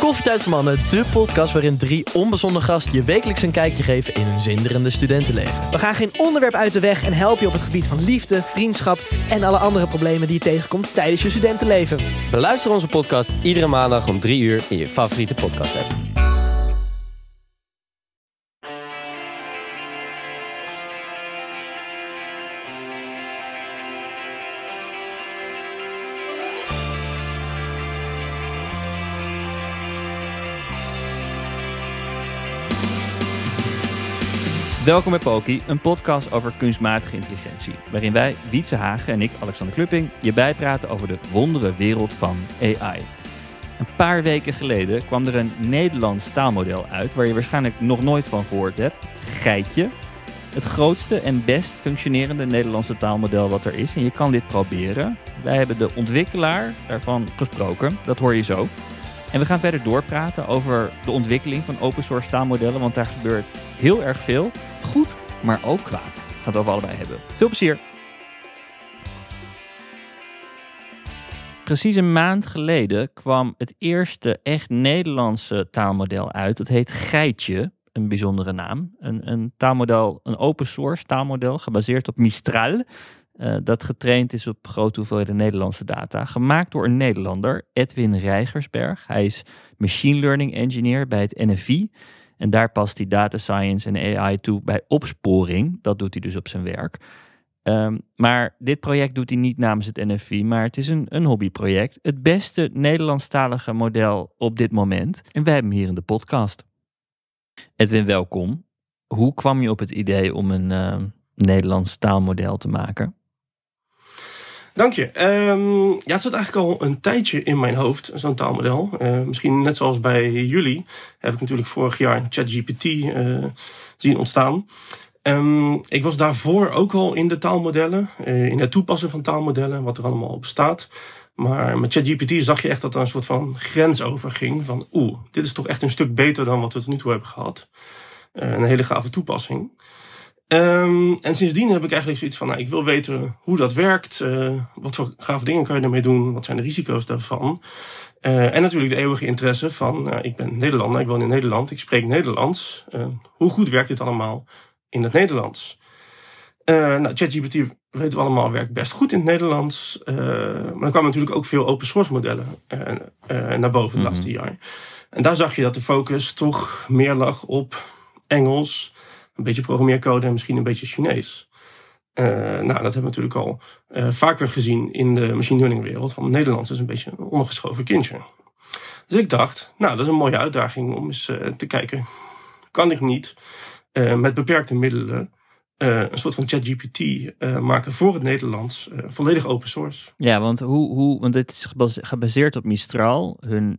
Koffietijd voor Mannen, de podcast waarin 3 onbezonnen gasten je wekelijks een kijkje geven in hun zinderende studentenleven. We gaan geen onderwerp uit de weg en helpen je op het gebied van liefde, vriendschap en alle andere problemen die je tegenkomt tijdens je studentenleven. Beluister onze podcast iedere maandag om 3 uur in je favoriete podcast app. Welkom bij Poki, een podcast over kunstmatige intelligentie. Waarin wij, Wietse Hagen en ik, Alexander Klupping, je bijpraten over de wondere wereld van AI. Een paar weken geleden kwam er een Nederlands taalmodel uit waar je waarschijnlijk nog nooit van gehoord hebt. Geitje. Het grootste en best functionerende Nederlandse taalmodel wat er is. En je kan dit proberen. Wij hebben de ontwikkelaar daarvan gesproken. Dat hoor je zo. En we gaan verder doorpraten over de ontwikkeling van open source taalmodellen. Want daar gebeurt heel erg veel. Goed, maar ook kwaad. We gaan het over allebei hebben. Veel plezier. Precies een maand geleden kwam het eerste echt Nederlandse taalmodel uit. Dat heet Geitje, een bijzondere naam. Een taalmodel, een open source taalmodel gebaseerd op Mistral. Dat getraind is op grote hoeveelheden Nederlandse data. Gemaakt door een Nederlander, Edwin Rijgersberg. Hij is machine learning engineer bij het NFI. En daar past hij data science en AI toe bij opsporing. Dat doet hij dus op zijn werk. Maar dit project doet hij niet namens het NFI, maar het is een hobbyproject. Het beste Nederlandstalige model op dit moment. En wij hebben hem hier in de podcast. Edwin, welkom. Hoe kwam je op het idee om een Nederlands taalmodel te maken? Dank je. Het zat eigenlijk al een tijdje in mijn hoofd, zo'n taalmodel. Misschien net zoals bij jullie heb ik natuurlijk vorig jaar ChatGPT zien ontstaan. Ik was daarvoor ook al in de taalmodellen, in het toepassen van taalmodellen, wat er allemaal op staat. Maar met ChatGPT zag je echt dat er een soort van grens over ging. Van dit is toch echt een stuk beter dan wat we tot nu toe hebben gehad. Een hele gave toepassing. En sindsdien heb ik eigenlijk zoiets van, ik wil weten hoe dat werkt. Wat voor gave dingen kan je ermee doen? Wat zijn de risico's daarvan? En natuurlijk de eeuwige interesse van, ik ben Nederlander, ik woon in Nederland, ik spreek Nederlands. Hoe goed werkt dit allemaal in het Nederlands? ChatGPT, weten we allemaal, werkt best goed in het Nederlands. Maar er kwamen natuurlijk ook veel open source modellen naar boven het laatste jaar. En daar zag je dat de focus toch meer lag op Engels, een beetje programmeercode en misschien een beetje Chinees. Dat hebben we natuurlijk al vaker gezien in de machine learning wereld. Van Nederlands is een beetje een ondergeschoven kindje. Dus ik dacht, dat is een mooie uitdaging om eens te kijken. Kan ik niet met beperkte middelen een soort van ChatGPT maken voor het Nederlands, volledig open source. Ja, want dit is gebaseerd op Mistral, hun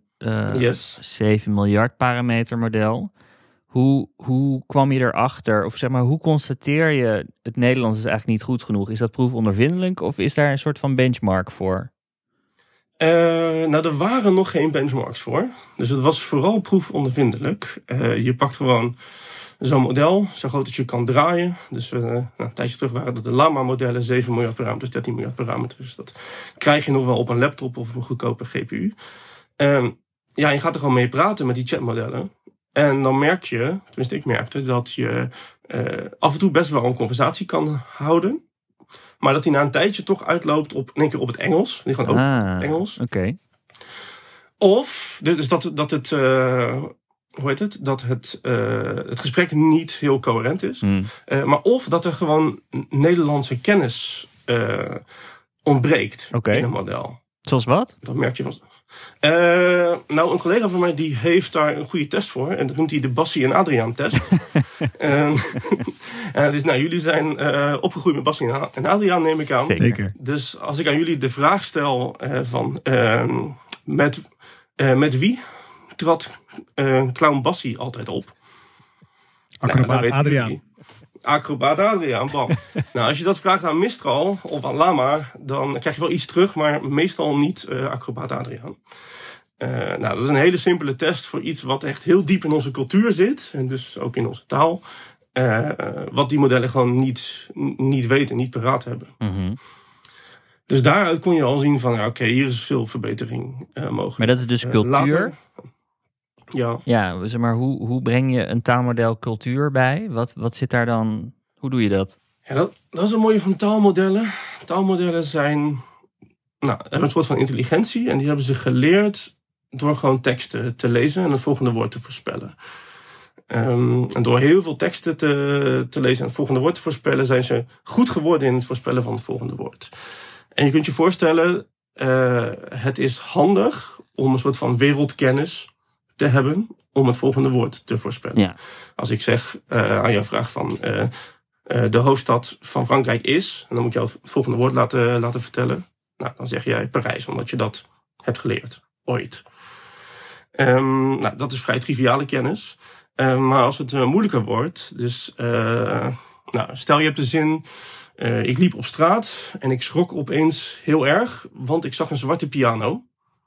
7 miljard parameter model. Hoe kwam je erachter? Of zeg maar, hoe constateer je het Nederlands is eigenlijk niet goed genoeg? Is dat proefondervindelijk of is daar een soort van benchmark voor? Er waren nog geen benchmarks voor. Dus het was vooral proefondervindelijk. Je pakt gewoon zo'n model, zo groot als je kan draaien. Dus een tijdje terug waren dat de Llama-modellen, 7 miljard parameters, 13 miljard parameters. Dat krijg je nog wel op een laptop of een goedkope GPU. Je gaat er gewoon mee praten met die chatmodellen. En dan merk je, tenminste ik merkte, dat je af en toe best wel een conversatie kan houden. Maar dat hij na een tijdje toch uitloopt op in één keer op het Engels. Die gaan over het Engels. Okay. Of dus dat het gesprek niet heel coherent is. Maar of dat er gewoon Nederlandse kennis ontbreekt in een model. Zoals wat? Dat merk je van. Een collega van mij die heeft daar een goede test voor. En dat noemt hij de Bassie en Adriaan test. Dus jullie zijn opgegroeid met Bassie en Adriaan, neem ik aan. Zeker. Dus als ik aan jullie de vraag stel met wie trad clown Bassie altijd op? Acrobaat Adriaan. Acrobaat Adriaan, bam. Als je dat vraagt aan Mistral of aan Llama, dan krijg je wel iets terug, maar meestal niet Acrobaat Adriaan. Dat is een hele simpele test voor iets wat echt heel diep in onze cultuur zit. En dus ook in onze taal. Wat die modellen gewoon niet weten, niet paraat hebben. Mm-hmm. Dus daaruit kon je al zien van, hier is veel verbetering mogelijk. Maar dat is dus cultuur? Ja. Ja, zeg maar, hoe breng je een taalmodel cultuur bij? Wat zit daar dan... Hoe doe je dat? Ja, dat is een mooie van taalmodellen. Taalmodellen hebben een soort van intelligentie. En die hebben ze geleerd door gewoon teksten te lezen en het volgende woord te voorspellen. En door heel veel teksten te lezen en het volgende woord te voorspellen, zijn ze goed geworden in het voorspellen van het volgende woord. En je kunt je voorstellen, het is handig om een soort van wereldkennis te hebben om het volgende woord te voorspellen. Ja. Als ik zeg aan jouw vraag van de hoofdstad van Frankrijk is, en dan moet je het volgende woord laten vertellen. Nou, dan zeg jij Parijs, omdat je dat hebt geleerd, ooit. Dat is vrij triviale kennis. Maar als het moeilijker wordt, dus stel je hebt de zin, ik liep op straat en ik schrok opeens heel erg, want ik zag een zwarte piano.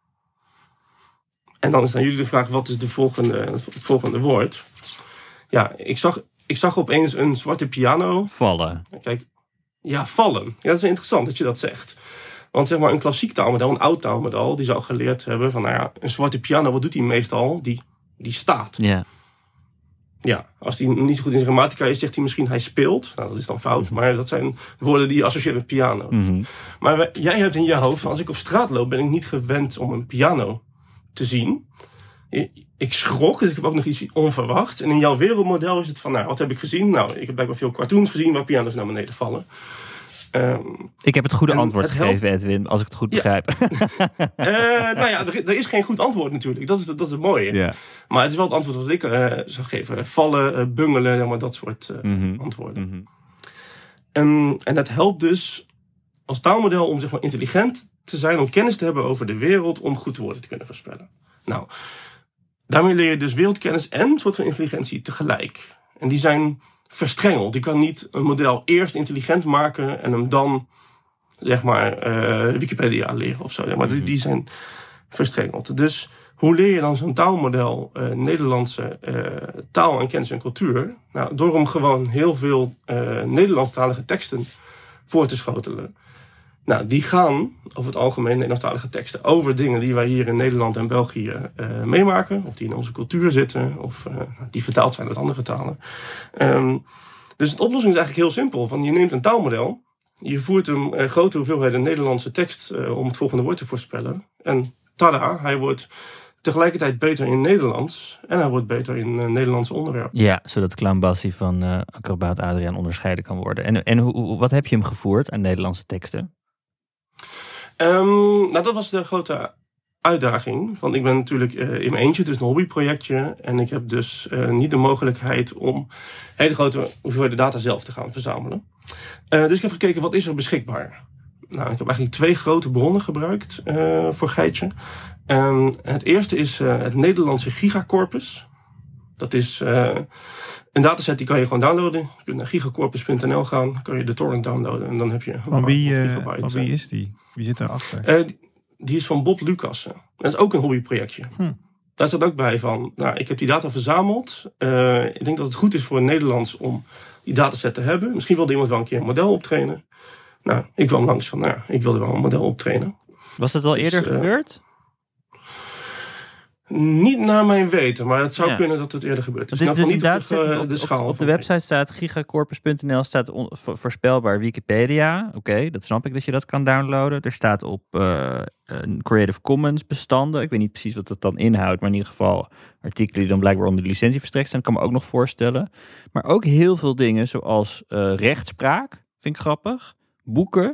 En dan is aan jullie de vraag, wat is het volgende woord? Ja, ik zag opeens een zwarte piano. Vallen. Kijk, ja, vallen. Ja, dat is interessant dat je dat zegt. Want zeg maar een klassiek taalmodel, een oud taalmodel, die zou geleerd hebben van, een zwarte piano, wat doet hij meestal? Die staat. Ja. Ja, als hij niet zo goed in zijn grammatica is, zegt hij misschien hij speelt. Nou, dat is dan fout, maar dat zijn woorden die je associeert met piano. Mm-hmm. Maar jij hebt in je hoofd, als ik op straat loop, ben ik niet gewend om een piano te zien. Ik schrok, dus ik heb ook nog iets onverwacht. En in jouw wereldmodel is het van, wat heb ik gezien? Nou, ik heb blijkbaar veel cartoons gezien waar piano's naar beneden vallen. Ik heb het goede antwoord gegeven, Edwin, als ik het goed begrijp. Er is geen goed antwoord natuurlijk. Dat is het mooie. Ja. Maar het is wel het antwoord wat ik zou geven. Vallen, bungelen, maar dat soort antwoorden. Mm-hmm. En dat helpt dus als taalmodel om zeg maar intelligent te zijn, om kennis te hebben over de wereld, om goed woorden te kunnen voorspellen. Nou, daarmee leer je dus wereldkennis en een soort van intelligentie tegelijk. En die zijn verstrengeld. Je kan niet een model eerst intelligent maken en hem dan, zeg maar, Wikipedia leren of zo. Maar die zijn verstrengeld. Dus hoe leer je dan zo'n taalmodel Nederlandse taal en kennis en cultuur? Nou, door hem gewoon heel veel Nederlandstalige teksten voor te schotelen. Nou, die gaan over het algemeen Nederlandstalige teksten over dingen die wij hier in Nederland en België meemaken. Of die in onze cultuur zitten. Of die vertaald zijn uit andere talen. Dus de oplossing is eigenlijk heel simpel. Van je neemt een taalmodel. Je voert hem grote hoeveelheden Nederlandse tekst om het volgende woord te voorspellen. En tada, hij wordt tegelijkertijd beter in Nederlands. En hij wordt beter in Nederlandse onderwerpen. Ja, zodat Clown Bassie van acrobaat Adriaan onderscheiden kan worden. En wat heb je hem gevoerd aan Nederlandse teksten? Dat was de grote uitdaging. Want ik ben natuurlijk in mijn eentje, het is een hobbyprojectje. En ik heb dus niet de mogelijkheid om hele grote hoeveelheden data zelf te gaan verzamelen. Dus ik heb gekeken, wat is er beschikbaar? Nou, ik heb eigenlijk 2 grote bronnen gebruikt voor Geitje. Het eerste is het Nederlandse gigacorpus. Dat is een dataset die kan je gewoon downloaden. Je kunt naar gigacorpus.nl gaan, kan je de torrent downloaden en dan heb je van wie is die? Wie zit daarachter? Die is van Bob Lucassen. Dat is ook een hobbyprojectje. Daar staat ook bij van, ik heb die data verzameld. Ik denk dat het goed is voor Nederlands om die dataset te hebben. Misschien wilde iemand wel een keer een model optrainen. Nou, ik kwam langs van, ik wilde wel een model optrainen. Was dat al eerder gebeurd? Niet naar mijn weten, maar het zou kunnen dat het eerder gebeurt. Dus op de website staat gigacorpus.nl staat voorspelbaar Wikipedia. Oké, dat snap ik dat je dat kan downloaden. Er staat op Creative Commons bestanden. Ik weet niet precies wat dat dan inhoudt, maar in ieder geval artikelen die dan blijkbaar onder de licentie verstrekt zijn. Dat kan me ook nog voorstellen. Maar ook heel veel dingen zoals rechtspraak, vind ik grappig. Boeken,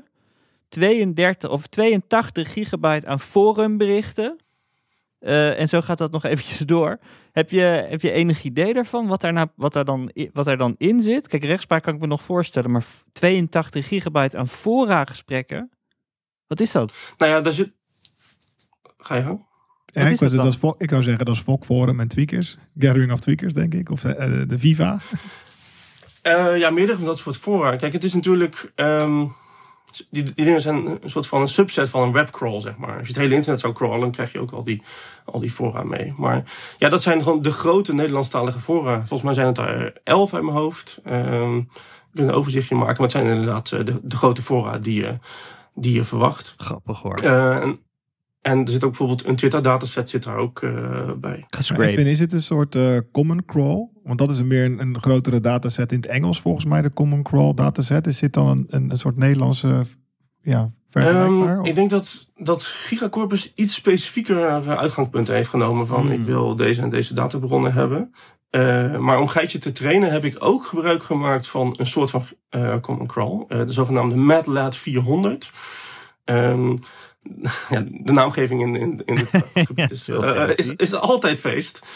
82 gigabyte aan forumberichten. En zo gaat dat nog eventjes door. Heb je enig idee daarvan? Wat er dan in zit? Kijk, rechtspraak kan ik me nog voorstellen. Maar 82 gigabyte aan fora-gesprekken? Wat is dat? Nou ja, daar zit... Ga je gang? Ja, ik zou zeggen, dat is VOC Forum en Tweakers. Gathering of Tweakers, denk ik. Of de Viva. Meerdere van dat soort fora. Kijk, het is natuurlijk... Die dingen zijn een soort van een subset van een webcrawl, zeg maar. Als je het hele internet zou crawlen, dan krijg je ook al die fora mee. Maar ja, dat zijn gewoon de grote Nederlandstalige fora. Volgens mij zijn het er 11 uit mijn hoofd. Ik kan een overzichtje maken, maar het zijn inderdaad de grote fora die je verwacht. Grappig hoor. En er zit ook bijvoorbeeld een Twitter-dataset zit daar ook bij. Edwin, is het een soort Common Crawl? Want dat is meer een grotere dataset in het Engels volgens mij, de Common Crawl dataset. Is dit dan een soort Nederlandse vergelijkbaar? Ik denk dat Gigacorpus iets specifieker uitgangspunten heeft genomen van ik wil deze en deze databronnen hebben. Maar om Geitje te trainen heb ik ook gebruik gemaakt van een soort van Common Crawl. De zogenaamde MATLAB 400. De naamgeving in dit gebied is altijd feest.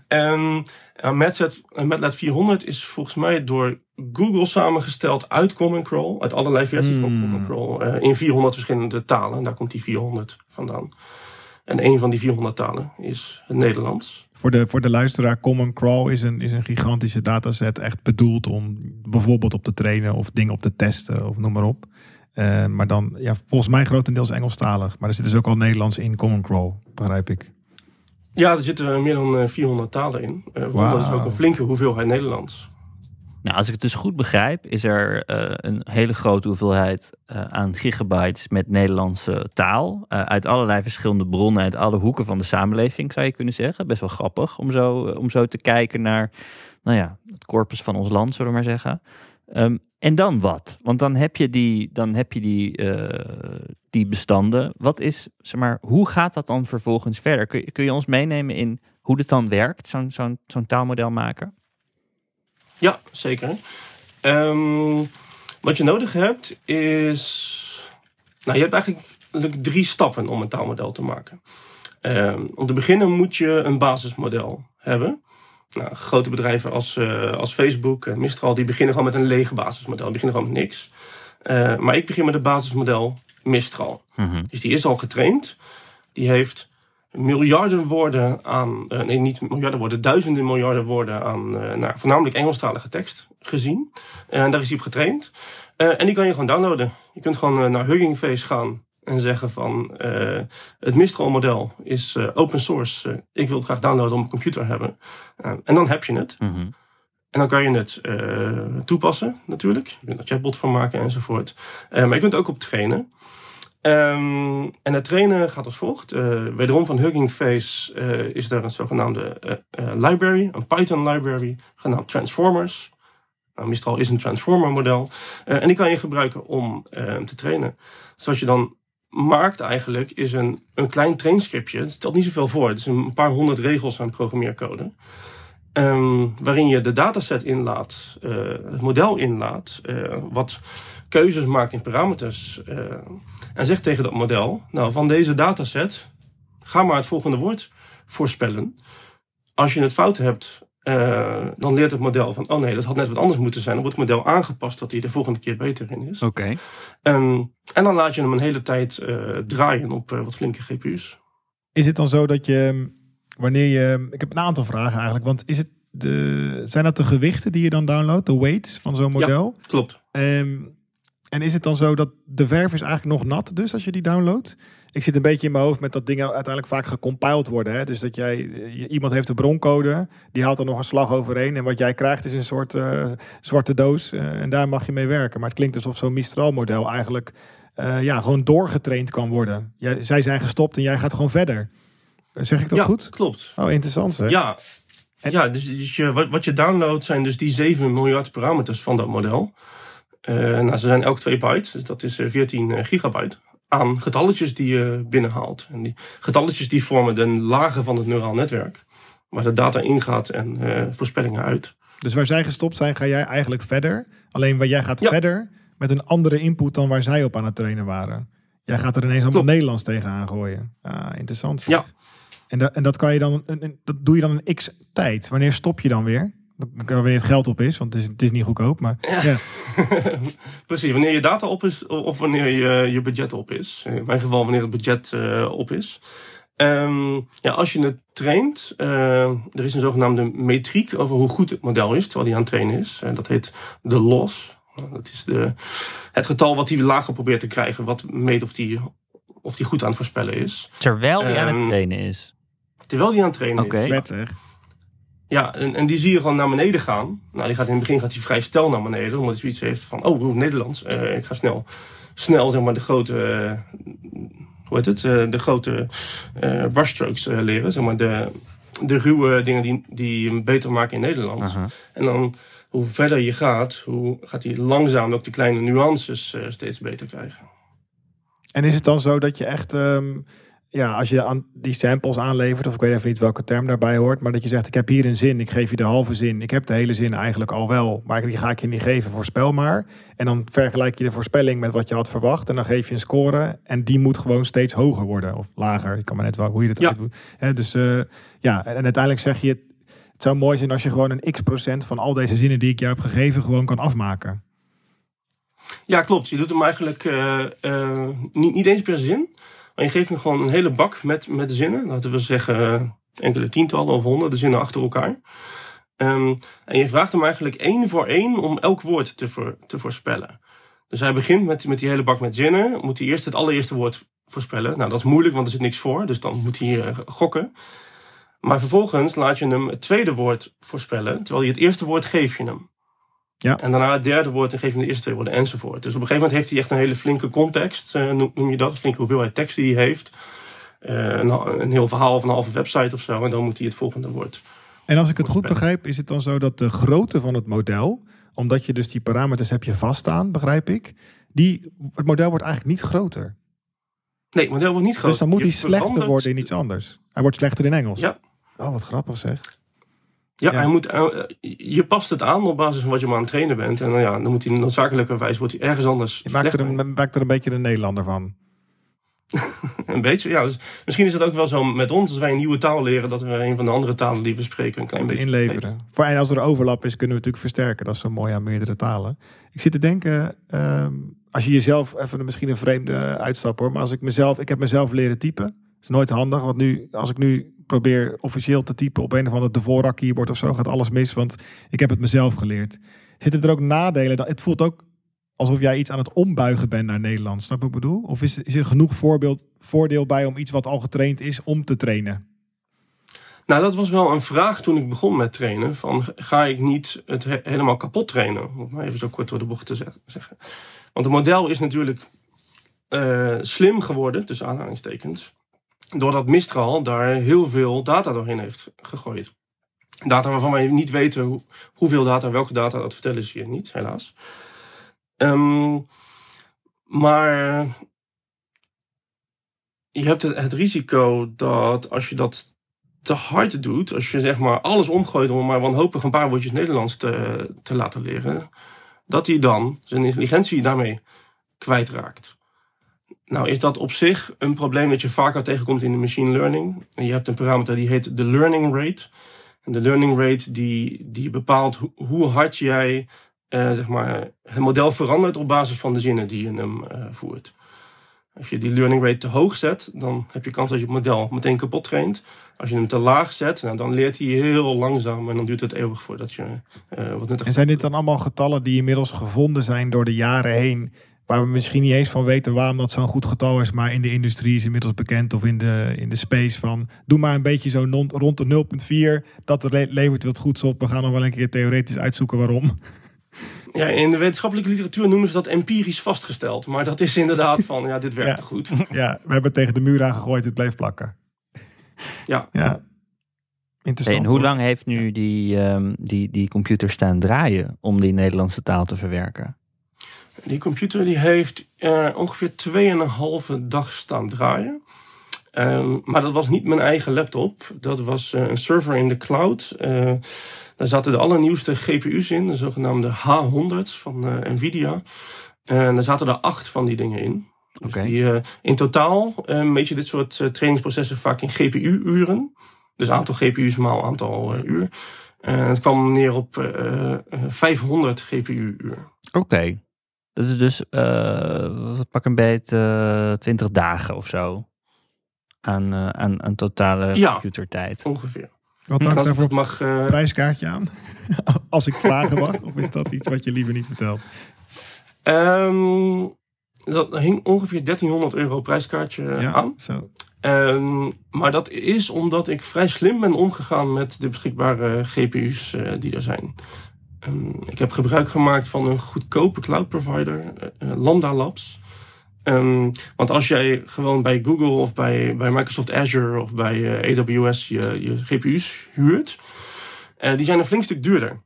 MATLAB 400 is volgens mij door Google samengesteld uit Common Crawl. Uit allerlei versies van Common Crawl. In 400 verschillende talen. En daar komt die 400 vandaan. En een van die 400 talen is het Nederlands. Voor de luisteraar, Common Crawl is een gigantische dataset. Echt bedoeld om bijvoorbeeld op te trainen of dingen op te testen of noem maar op. Maar dan, volgens mij grotendeels Engelstalig. Maar er zit dus ook al Nederlands in Common Crawl, begrijp ik. Ja, er zitten meer dan 400 talen in. Dat is ook een flinke hoeveelheid Nederlands. Nou, als ik het dus goed begrijp, is er een hele grote hoeveelheid aan gigabytes met Nederlandse taal. Uit allerlei verschillende bronnen, uit alle hoeken van de samenleving, zou je kunnen zeggen. Best wel grappig om zo te kijken naar het corpus van ons land, zullen we maar zeggen. En dan wat? Want dan heb je die bestanden. Wat is, hoe gaat dat dan vervolgens verder? Kun je ons meenemen in hoe dit dan werkt, zo'n taalmodel maken? Ja, zeker. Wat je nodig hebt is... je hebt eigenlijk 3 stappen om een taalmodel te maken. Om te beginnen moet je een basismodel hebben. Grote bedrijven als Facebook en Mistral, die beginnen gewoon met een leeg basismodel. Die beginnen gewoon met niks. Maar ik begin met het basismodel Mistral. Dus die is al getraind. Die heeft miljarden woorden aan... niet miljarden woorden, duizenden miljarden woorden aan... voornamelijk Engelstalige tekst gezien. En daar is hij op getraind. En die kan je gewoon downloaden. Je kunt gewoon naar Hugging Face gaan en zeggen van... het Mistral-model is open source. Ik wil het graag downloaden op mijn computer hebben. En dan heb je het. En dan kan je het toepassen natuurlijk. Je kunt er chatbot van maken enzovoort. Maar je kunt er ook op trainen. En het trainen gaat als volgt. Wederom van Hugging Face is er een zogenaamde library. Een Python library genaamd Transformers. Mistral is een transformer model. En die kan je gebruiken om te trainen. Zoals je dan maakt eigenlijk is een klein trainscriptje. Het stelt niet zoveel voor. Het is een paar 100 regels aan programmeercode. Waarin je de dataset inlaat, het model inlaat, wat keuzes maakt in parameters. En zegt tegen dat model, van deze dataset, ga maar het volgende woord voorspellen. Als je het fout hebt, dan leert het model van, oh nee, dat had net wat anders moeten zijn. Dan wordt het model aangepast dat hij de volgende keer beter in is. Oké. En dan laat je hem een hele tijd draaien op wat flinke GPU's. Is het dan zo dat je, wanneer je... Ik heb een aantal vragen eigenlijk, want is het zijn dat de gewichten die je dan downloadt, de weights van zo'n model? Ja, klopt. En is het dan zo dat de verf is eigenlijk nog nat dus als je die downloadt? Ik zit een beetje in mijn hoofd met dat dingen uiteindelijk vaak gecompiled worden. Hè? Dus dat iemand heeft de broncode, die haalt er nog een slag overheen. En wat jij krijgt is een soort zwarte doos. En daar mag je mee werken. Maar het klinkt alsof zo'n Mistral-model eigenlijk gewoon doorgetraind kan worden. Zij zijn gestopt en jij gaat gewoon verder. Zeg ik dat goed? Ja, klopt. Oh, interessant hè? Ja. Ja, dus wat je downloadt zijn dus die 7 miljard parameters van dat model. Ze zijn elk 2 bytes, dus dat is 14 gigabyte aan getalletjes die je binnenhaalt. En die getalletjes die vormen de lagen van het neuraal netwerk, waar de data ingaat en voorspellingen uit. Dus waar zij gestopt zijn, ga jij eigenlijk verder. Alleen waar jij gaat verder met een andere input dan waar zij op aan het trainen waren. Jij gaat er ineens allemaal Nederlands tegenaan gooien. Interessant. Ja. En dat kan je dan, dat doe je dan een x tijd. Wanneer stop je dan weer? Wanneer het geld op is, want het is niet goedkoop. Maar, ja. Precies, wanneer je data op is of wanneer je budget op is. In mijn geval wanneer het budget op is. Als je het traint, er is een zogenaamde metriek over hoe goed het model is, terwijl die aan het trainen is. Dat heet de loss. Dat is het getal wat hij lager probeert te krijgen, wat meet of die goed aan het voorspellen is. Terwijl die aan het trainen is? Terwijl die aan het trainen is. Wettig. Ja, en die zie je gewoon naar beneden gaan. Nou, in het begin gaat hij vrij snel naar beneden, omdat hij zoiets heeft van, Nederlands. Ik ga snel zeg maar de grote de grote brushstrokes leren. Zeg maar de ruwe dingen die hem beter maken in Nederland. Aha. En dan, hoe verder je gaat, hoe gaat hij langzaam ook die kleine nuances steeds beter krijgen. En is het dan zo dat je echt, als je aan die samples aanlevert, of ik weet even niet welke term daarbij hoort, maar dat je zegt, ik heb hier een zin, ik geef je de halve zin. Ik heb de hele zin eigenlijk al wel, maar die ga ik je niet geven, voorspel maar. En dan vergelijk je de voorspelling met wat je had verwacht en dan geef je een score en die moet gewoon steeds hoger worden, of lager. Ik kan maar net wel hoe je dat doet. Dus en uiteindelijk zeg je, het zou mooi zijn als je gewoon een x% van al deze zinnen die ik jou heb gegeven gewoon kan afmaken. Ja, klopt. Je doet hem eigenlijk niet eens per zin. Maar je geeft hem gewoon een hele bak met zinnen. Laten we zeggen enkele tientallen of honderden zinnen achter elkaar. En je vraagt hem eigenlijk 1 voor 1 om elk woord te voorspellen. Dus hij begint met die hele bak met zinnen. Moet hij eerst het allereerste woord voorspellen. Nou, dat is moeilijk, want er zit niks voor. Dus dan moet hij gokken. Maar vervolgens laat je hem het tweede woord voorspellen. Terwijl je het eerste woord geef je hem. Ja. En daarna het derde woord en geef je hem de eerste 2 woorden enzovoort. Dus op een gegeven moment heeft hij echt een hele flinke context. Noem je dat? Een flinke hoeveelheid tekst die hij heeft. Een heel verhaal of een halve website of zo. En dan moet hij het volgende woord. En als ik het goed begrijp, is het dan zo dat de grootte van het model, omdat je dus die parameters heb je vaststaan, begrijp ik, het model wordt eigenlijk niet groter. Nee, het model wordt niet groter. Dus dan moet hij slechter worden in iets anders. Hij wordt slechter in Engels. Ja. Oh, wat grappig zeg. Ja, je past het aan op basis van wat je maar aan het trainen bent. En dan moet hij noodzakelijkerwijs wordt hij ergens anders. Je maakt er een beetje een Nederlander van. Een beetje, ja. Dus misschien is het ook wel zo met ons, als wij een nieuwe taal leren, dat we een van de andere talen die we spreken een klein beetje inleveren. En als er overlap is, kunnen we natuurlijk versterken. Dat is zo mooi aan meerdere talen. Ik zit te denken, als je jezelf, even misschien een vreemde uitstap hoor, maar ik heb mezelf leren typen. Dat is nooit handig, want als ik nu probeer officieel te typen op een of ander Dvorak keyboard of zo, gaat alles mis, want ik heb het mezelf geleerd. Zitten er ook nadelen? Het voelt ook alsof jij iets aan het ombuigen bent naar Nederlands. Snap je wat ik bedoel? Of is er genoeg voordeel bij om iets wat al getraind is, om te trainen? Nou, dat was wel een vraag toen ik begon met trainen. Van, ga ik niet het helemaal kapot trainen? Om maar even zo kort door de bocht te zeggen. Want het model is natuurlijk slim geworden, tussen aanhalingstekens, doordat Mistral daar heel veel data doorheen heeft gegooid. Data waarvan wij niet weten hoeveel data, welke data, dat vertellen ze je niet, helaas. Maar je hebt het risico dat als je dat te hard doet, als je zeg maar alles omgooit om maar wanhopig een paar woordjes Nederlands te laten leren, dat hij dan zijn intelligentie daarmee kwijtraakt. Nou is dat op zich een probleem dat je vaker tegenkomt in de machine learning. En je hebt een parameter die heet de learning rate. En de learning rate die bepaalt hoe hard jij zeg maar, het model verandert op basis van de zinnen die je hem voert. Als je die learning rate te hoog zet, dan heb je kans dat je het model meteen kapot traint. Als je hem te laag zet, dan leert hij heel langzaam en dan duurt het eeuwig voordat je wat nuttig. En zijn dit dan allemaal getallen die inmiddels gevonden zijn door de jaren heen, waar we misschien niet eens van weten waarom dat zo'n goed getal is, maar in de industrie is inmiddels bekend of in de space van, doe maar een beetje zo rond de 0,4, dat levert wat goeds op. We gaan nog wel een keer theoretisch uitzoeken waarom. Ja, in de wetenschappelijke literatuur noemen ze dat empirisch vastgesteld. Maar dat is inderdaad van, dit werkt goed. Ja, we hebben het tegen de muur aangegooid, het bleef plakken. Ja. Interessant. En hoe lang heeft nu die computer staan draaien om die Nederlandse taal te verwerken? Die computer die heeft ongeveer 2,5 dag staan draaien. Maar dat was niet mijn eigen laptop. Dat was een server in de cloud. Daar zaten de allernieuwste GPU's in, de zogenaamde H100's van Nvidia. En daar zaten er 8 van die dingen in. Okay. Dus in totaal meet je dit soort trainingsprocessen vaak in GPU-uren. Dus aantal GPU's maal aantal uur. Het kwam neer op 500 GPU-uur. Oké. Dat is dus pak een beetje 20 dagen of zo aan totale computertijd. Ongeveer. Wat hangt daarvoor mag prijskaartje aan? Als ik vragen mag, of is dat iets wat je liever niet vertelt? Dat hing ongeveer €1300 prijskaartje aan. Zo. Maar dat is omdat ik vrij slim ben omgegaan met de beschikbare GPU's die er zijn. Ik heb gebruik gemaakt van een goedkope cloud provider, Lambda Labs. Want als jij gewoon bij Google of bij Microsoft Azure of bij AWS je GPU's huurt, die zijn een flink stuk duurder.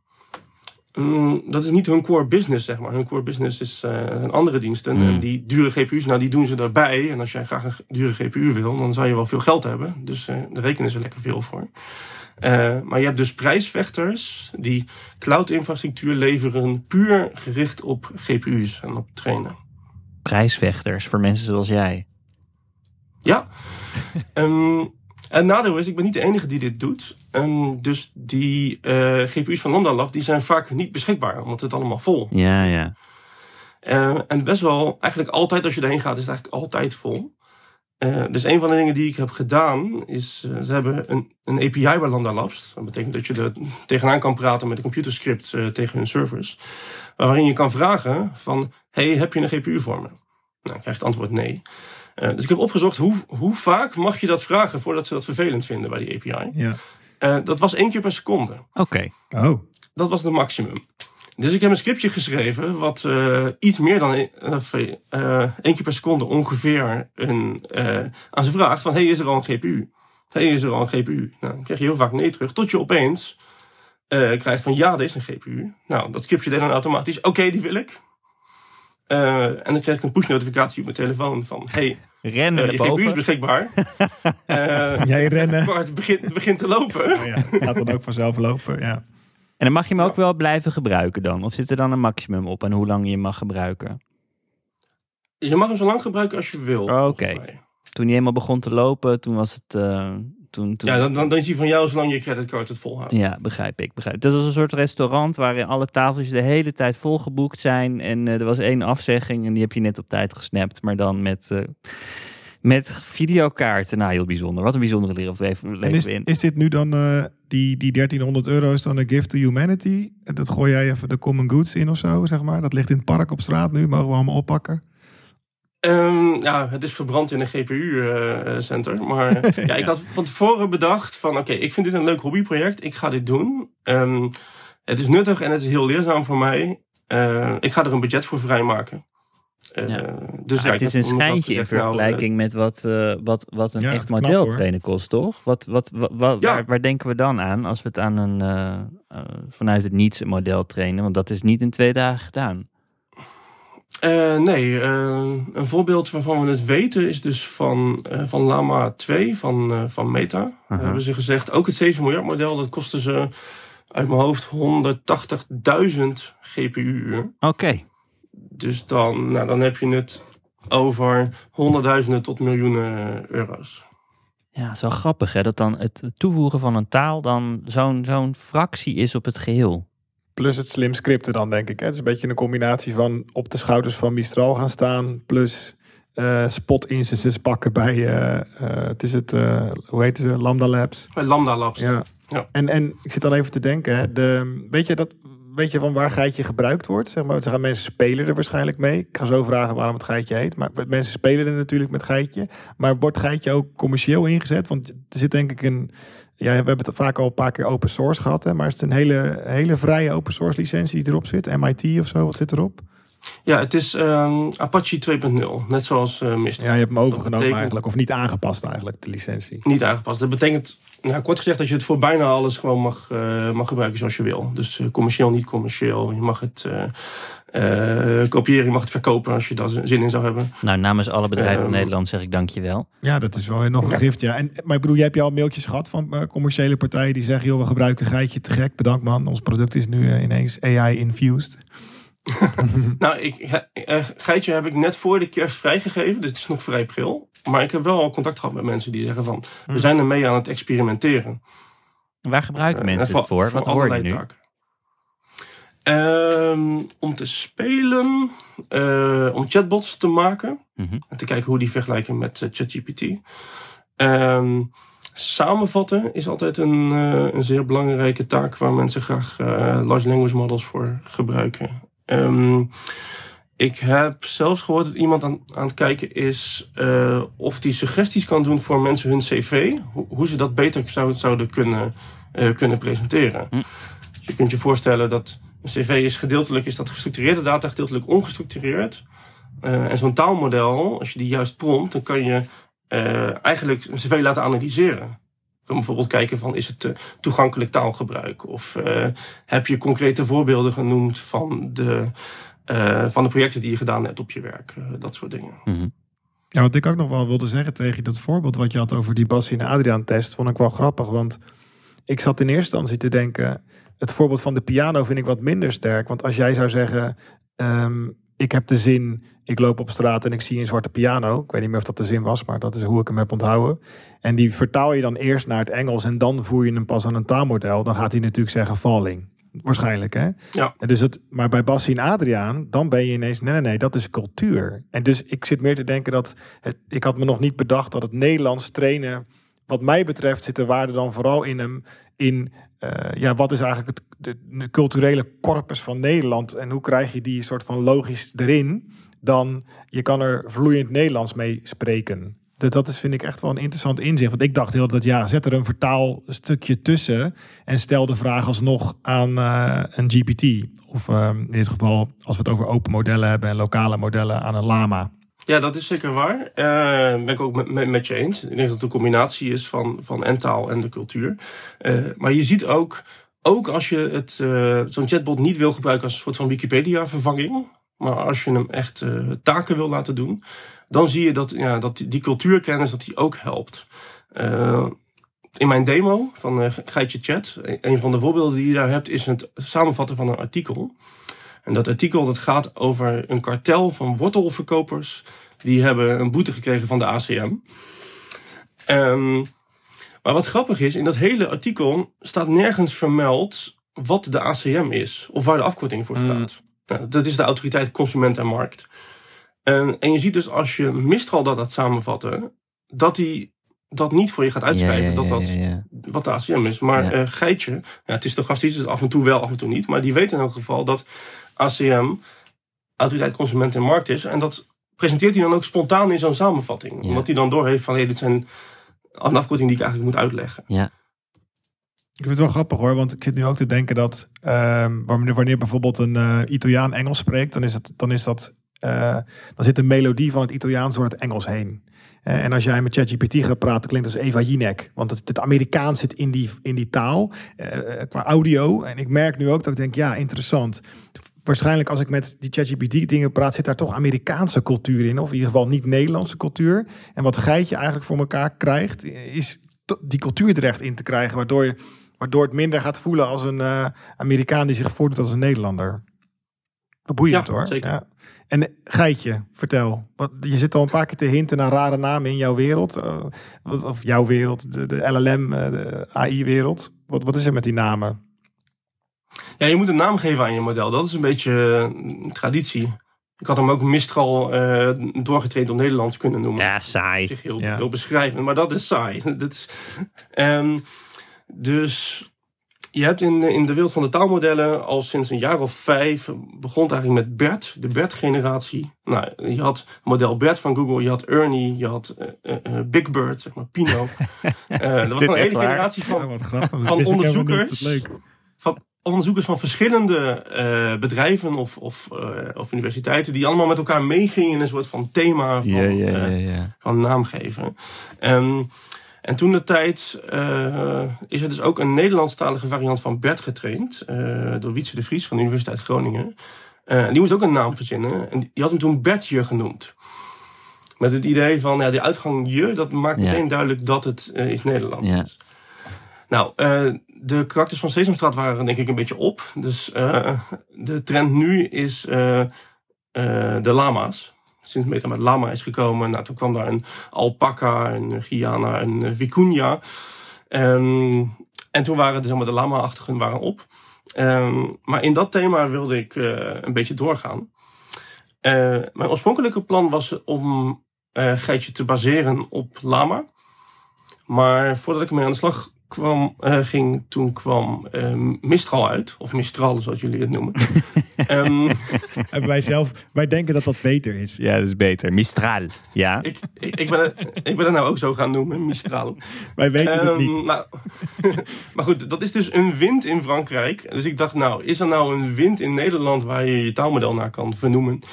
Dat is niet hun core business, zeg maar. Hun core business is een andere diensten. En die dure GPU's, die doen ze erbij. En als jij graag een dure GPU wil, dan zou je wel veel geld hebben. Dus daar rekenen ze lekker veel voor. Maar je hebt dus prijsvechters die cloud-infrastructuur leveren puur gericht op GPU's en op trainen. Prijsvechters voor mensen zoals jij. Ja. En nadeel is, ik ben niet de enige die dit doet. Dus die GPU's van Lambda Lab, die zijn vaak niet beschikbaar, omdat het allemaal vol. Ja. En best wel, eigenlijk altijd als je erheen gaat, is het eigenlijk altijd vol. Dus een van de dingen die ik heb gedaan, is ze hebben een API bij Lambda Labs. Dat betekent dat je er tegenaan kan praten met een computerscript tegen hun servers. Waarin je kan vragen van, hey, heb je een GPU voor me? Nou, dan krijg je het antwoord nee. Dus ik heb opgezocht, hoe vaak mag je dat vragen voordat ze dat vervelend vinden bij die API? Ja. Dat was 1 keer per seconde. Oké. Oh. Dat was het maximum. Dus ik heb een scriptje geschreven wat iets meer dan 1 keer per seconde ongeveer aan ze vraagt van, hey, is er al een GPU? Hey, is er al een GPU? Nou, dan krijg je heel vaak nee terug, tot je opeens krijgt van, ja, er is een GPU. Nou, dat scriptje deed dan automatisch, oké, die wil ik. En dan krijg ik een push-notificatie op mijn telefoon van, hey, rennen je GPU is beschikbaar. Jij rennen. Het begint te lopen. Oh ja, gaat dan ook vanzelf lopen, ja. En dan mag je hem ook wel blijven gebruiken dan? Of zit er dan een maximum op en hoe lang je hem mag gebruiken? Je mag hem zo lang gebruiken als je wil. Oké. Toen hij helemaal begon te lopen, toen was het... Ja, dan is hij van jou zolang je creditcard het volhoudt. Ja, begrijp ik. Dat was een soort restaurant waarin alle tafeltjes de hele tijd volgeboekt zijn. En er was 1 afzegging en die heb je net op tijd gesnapt. Maar dan met videokaarten. Nou, heel bijzonder. Wat een bijzondere leven we in. Is dit nu dan die €1300 is dan een gift to humanity? Dat gooi jij even de common goods in of zo, zeg maar? Dat ligt in het park op straat nu, mogen we allemaal oppakken? Het is verbrand in een GPU-center. Maar ik had van tevoren bedacht van, oké, ik vind dit een leuk hobbyproject. Ik ga dit doen. Het is nuttig en het is heel leerzaam voor mij. Ik ga er een budget voor vrijmaken. Het is een schijntje in vergelijking met wat een echt model trainen kost, toch? Waar denken we dan aan als we het aan vanuit het niets een model trainen? Want dat is niet in 2 dagen gedaan. Een voorbeeld waarvan we het weten is dus van Llama 2 van Meta. Hebben ze gezegd, ook het 7 miljard model, dat kostte ze uit mijn hoofd 180.000 GPU-uur. Oké. Dus dan heb je het over honderdduizenden tot miljoenen euro's. Ja, zo grappig hè, dat dan het toevoegen van een taal dan zo'n fractie is op het geheel. Plus het slim scripten dan, denk ik. Hè? Het is een beetje een combinatie van op de schouders van Mistral gaan staan, plus spot instances pakken bij, hoe heet ze, Lambda Labs. Bij Lambda Labs. Ja. En ik zit dan even te denken, hè, weet je van waar geitje gebruikt wordt? Zeg maar, gaan mensen spelen er waarschijnlijk mee. Ik ga zo vragen waarom het geitje heet. Maar mensen spelen er natuurlijk met geitje. Maar wordt geitje ook commercieel ingezet? Want er zit denk ik we hebben het vaak al een paar keer open source gehad. Hè, maar is het een hele vrije open source licentie die erop zit? MIT of zo, wat zit erop? Ja, het is Apache 2.0. Net zoals Mistral. Ja, je hebt hem overgenomen eigenlijk. Of niet aangepast eigenlijk, de licentie. Niet aangepast. Dat betekent, kort gezegd, dat je het voor bijna alles gewoon mag gebruiken zoals je wil. Dus commercieel, niet commercieel. Je mag het kopiëren, je mag het verkopen als je daar zin in zou hebben. Nou, namens alle bedrijven van Nederland zeg ik dankjewel. Ja, dat is wel nog een gift, ja. Maar ik bedoel, jij hebt al mailtjes gehad van commerciële partijen die zeggen, joh, we gebruiken geitje, te gek, bedankt man. Ons product is nu ineens AI-infused. Geitje heb ik net voor de kerst vrijgegeven. Dus het is nog vrij pril. Maar ik heb wel al contact gehad met mensen die zeggen van, we zijn ermee aan het experimenteren. Waar gebruiken mensen het voor? Wat hoor je nu? Om te spelen, om chatbots te maken. En te kijken hoe die vergelijken met ChatGPT. Samenvatten is altijd een zeer belangrijke taak waar mensen graag large language models voor gebruiken. Ik heb zelfs gehoord dat iemand aan het kijken is of die suggesties kan doen voor mensen hun cv. Hoe ze dat beter zouden kunnen presenteren. Dus je kunt je voorstellen dat een cv is gedeeltelijk is dat gestructureerde data, gedeeltelijk ongestructureerd. En zo'n taalmodel, als je die juist prompt, dan kan je eigenlijk een cv laten analyseren. Je kan bijvoorbeeld kijken van, is het toegankelijk taalgebruik? Of heb je concrete voorbeelden genoemd van de projecten die je gedaan hebt op je werk? Dat soort dingen. Mm-hmm. Ja, wat ik ook nog wel wilde zeggen tegen dat voorbeeld wat je had over die Bassi en Adriaan test, vond ik wel grappig. Want ik zat in eerste instantie te denken, het voorbeeld van de piano vind ik wat minder sterk. Want als jij zou zeggen, ik heb de zin, ik loop op straat en ik zie een zwarte piano. Ik weet niet meer of dat de zin was, maar dat is hoe ik hem heb onthouden. En die vertaal je dan eerst naar het Engels en dan voer je hem pas aan een taalmodel. Dan gaat hij natuurlijk zeggen falling. Waarschijnlijk, hè? Ja. En dus maar bij Bassi en Adriaan, dan ben je ineens, nee, dat is cultuur. En dus ik zit meer te denken dat, ik had me nog niet bedacht dat het Nederlands trainen, wat mij betreft, zit de waarde dan vooral in hem, wat is eigenlijk de culturele corpus van Nederland en hoe krijg je die soort van logisch erin, dan je kan er vloeiend Nederlands mee spreken. Dat is, vind ik, echt wel een interessant inzicht. Want ik dacht heel dat, zet er een vertaalstukje tussen en stel de vraag alsnog aan een GPT. Of in dit geval, als we het over open modellen hebben en lokale modellen, aan een Llama. Ja, dat is zeker waar. Ben ik ook met je eens. Ik denk dat het een combinatie is van en taal en de cultuur. Maar je ziet ook als je zo'n chatbot niet wil gebruiken als een soort van Wikipedia-vervanging, maar als je hem echt taken wil laten doen, dan zie je dat die cultuurkennis dat die ook helpt. In mijn demo van Geitje Chat, een van de voorbeelden die je daar hebt, is het samenvatten van een artikel. En dat artikel dat gaat over een kartel van wortelverkopers. Die hebben een boete gekregen van de ACM. Maar wat grappig is, in dat hele artikel staat nergens vermeld wat de ACM is. Of waar de afkorting voor staat. Nou, dat is de Autoriteit Consument en Markt. En je ziet dus als je Mistral dat gaat samenvatten, dat hij dat niet voor je gaat uitschrijven. Wat de ACM is. Maar Geitje, het is stochastisch, dus af en toe wel, af en toe niet. Maar die weet in elk geval dat ACM, Autoriteit Consument en Markt is. En dat presenteert hij dan ook spontaan in zo'n samenvatting. Ja. Omdat hij dan doorheeft van, dit zijn een afkorting die ik eigenlijk moet uitleggen. Ja. Ik vind het wel grappig hoor, want ik zit nu ook te denken dat wanneer bijvoorbeeld een Italiaan Engels spreekt, dan zit de melodie van het Italiaans door het Engels heen. En als jij met ChatGPT gaat praten, klinkt als Eva Jinek. Want het Amerikaans zit in die taal, qua audio. En ik merk nu ook dat ik denk, interessant. Waarschijnlijk als ik met die ChatGPT dingen praat, zit daar toch Amerikaanse cultuur in. Of in ieder geval niet Nederlandse cultuur. En wat Geitje eigenlijk voor elkaar krijgt, is die cultuur er echt in te krijgen. Waardoor het minder gaat voelen als een Amerikaan die zich voordoet als een Nederlander. Boeiend hoor. Zeker. Ja. En Geitje, vertel. Je zit al een paar keer te hinten naar rare namen in jouw wereld. Of jouw wereld, de LLM, de AI-wereld. Wat is er met die namen? Ja, je moet een naam geven aan je model. Dat is een beetje traditie. Ik had hem ook Mistral doorgetraind op Nederlands kunnen noemen. Ja, saai. Zich heel beschrijvend, maar dat is saai. Dus je hebt in de wereld van de taalmodellen al sinds een jaar of 5... begon het eigenlijk met BERT, de BERT-generatie. Nou, je had model BERT van Google, je had Ernie, je had Big Bird, zeg maar Pino. Dat was een hele generatie van onderzoekers. Van onderzoekers van verschillende bedrijven of universiteiten die allemaal met elkaar meegingen in een soort van thema van naamgeven. En toen de tijd is er dus ook een Nederlandstalige variant van BERT getraind door Wietse de Vries van de Universiteit Groningen. Die moest ook een naam verzinnen en die had hem toen Bertje genoemd. Met het idee van die uitgang je, dat maakt meteen duidelijk dat het iets Nederlands is. Nou, de karakters van Sesamstraat waren denk ik een beetje op. Dus de trend nu is de lama's. Sinds Meta met lama is gekomen, toen kwam daar een alpaca, een Guyana, een vicuña. En toen waren de lama-achtigen waren op. Maar in dat thema wilde ik een beetje doorgaan. Mijn oorspronkelijke plan was om Geitje te baseren op lama. Maar voordat ik ermee aan de slag ging, toen kwam Mistral uit. Of Mistral, zoals jullie het noemen. En wij denken dat dat beter is. Ja, dat is beter. Mistral, ja. Ik ben het nou ook zo gaan noemen, Mistral. Wij weten het niet. Maar goed, dat is dus een wind in Frankrijk. Dus ik dacht, is er nou een wind in Nederland waar je je taalmodel naar kan vernoemen?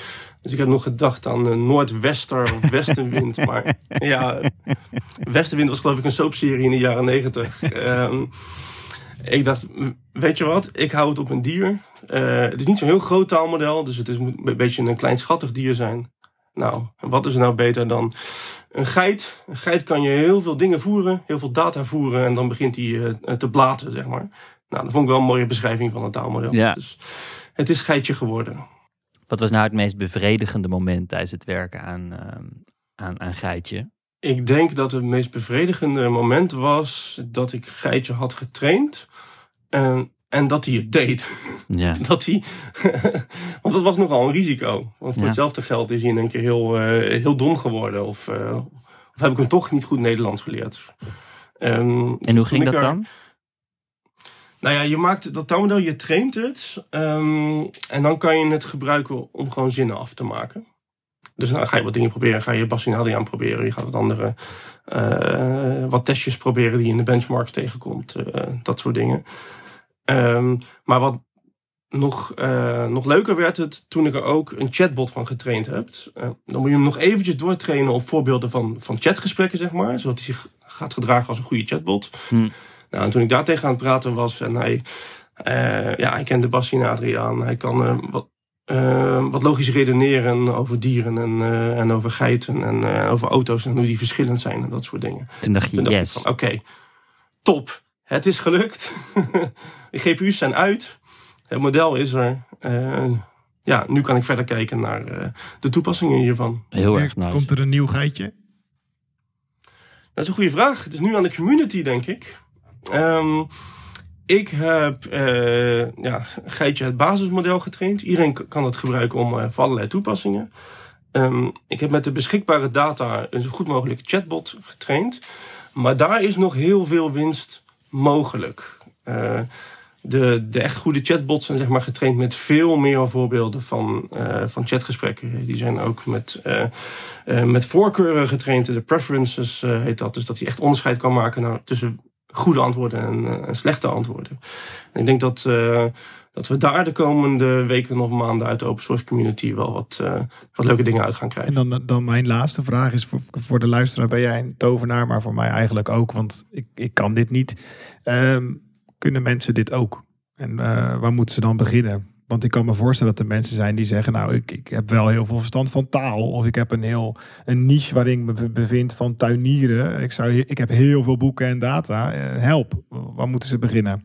Dus ik heb nog gedacht aan Noordwester of Westenwind. Maar ja, Westenwind was geloof ik een soapserie in de jaren 90. Ik dacht, weet je wat, ik hou het op een dier. Het is niet zo'n heel groot taalmodel, dus het moet een beetje een kleinschattig dier zijn. Nou, wat is er nou beter dan een geit? Een geit kan je heel veel dingen voeren, heel veel data voeren en dan begint hij te blaten, zeg maar. Nou, dat vond ik wel een mooie beschrijving van het taalmodel. Ja. Dus het is geitje geworden. Wat was nou het meest bevredigende moment tijdens het werken aan Geitje? Ik denk dat het meest bevredigende moment was dat ik geitje had getraind. En dat hij het deed. Ja. Want dat was nogal een risico. Want voor hetzelfde geld is hij in een keer heel dom geworden. Of heb ik hem toch niet goed Nederlands geleerd. En hoe ging dat dan? Nou ja, je maakt dat taalmodel, je traint het. En dan kan je het gebruiken om gewoon zinnen af te maken. Dus dan ga je wat dingen proberen. Ga je Bassin Adriaan proberen. Je gaat wat andere wat testjes proberen die je in de benchmarks tegenkomt. Dat soort dingen. Maar wat nog leuker werd het toen ik er ook een chatbot van getraind heb. Dan moet je hem nog eventjes doortrainen op voorbeelden van chatgesprekken, zeg maar. Zodat hij zich gaat gedragen als een goede chatbot. Nou, en toen ik daar tegen aan het praten was en hij kende Bassin Adriaan. Hij kan wat logisch redeneren over dieren en over geiten en over auto's en hoe die verschillend zijn en dat soort dingen. Toen dacht je, yes. Oké, top. Het is gelukt. De GPU's zijn uit. Het model is er. Nu kan ik verder kijken naar de toepassingen hiervan. Heel erg nice. Komt er een nieuw geitje? Dat is een goede vraag. Het is nu aan de community, denk ik. Ik heb Geitje het basismodel getraind. Iedereen kan het gebruiken voor allerlei toepassingen. Ik heb met de beschikbare data een zo goed mogelijke chatbot getraind. Maar daar is nog heel veel winst mogelijk. De echt goede chatbots zijn zeg maar getraind met veel meer voorbeelden van chatgesprekken. Die zijn ook met voorkeuren getraind. De preferences heet dat. Dus dat hij echt onderscheid kan maken tussen goede antwoorden en slechte antwoorden. En ik denk dat we daar de komende weken of maanden uit de open source community wel wat leuke dingen uit gaan krijgen. En dan mijn laatste vraag is voor de luisteraar. Ben jij een tovenaar, maar voor mij eigenlijk ook. Want ik kan dit niet. Kunnen mensen dit ook? En waar moeten ze dan beginnen? Want ik kan me voorstellen dat er mensen zijn die zeggen, nou, ik heb wel heel veel verstand van taal. Of ik heb een niche waarin ik me bevind van tuinieren. Ik heb heel veel boeken en data. Help, waar moeten ze beginnen?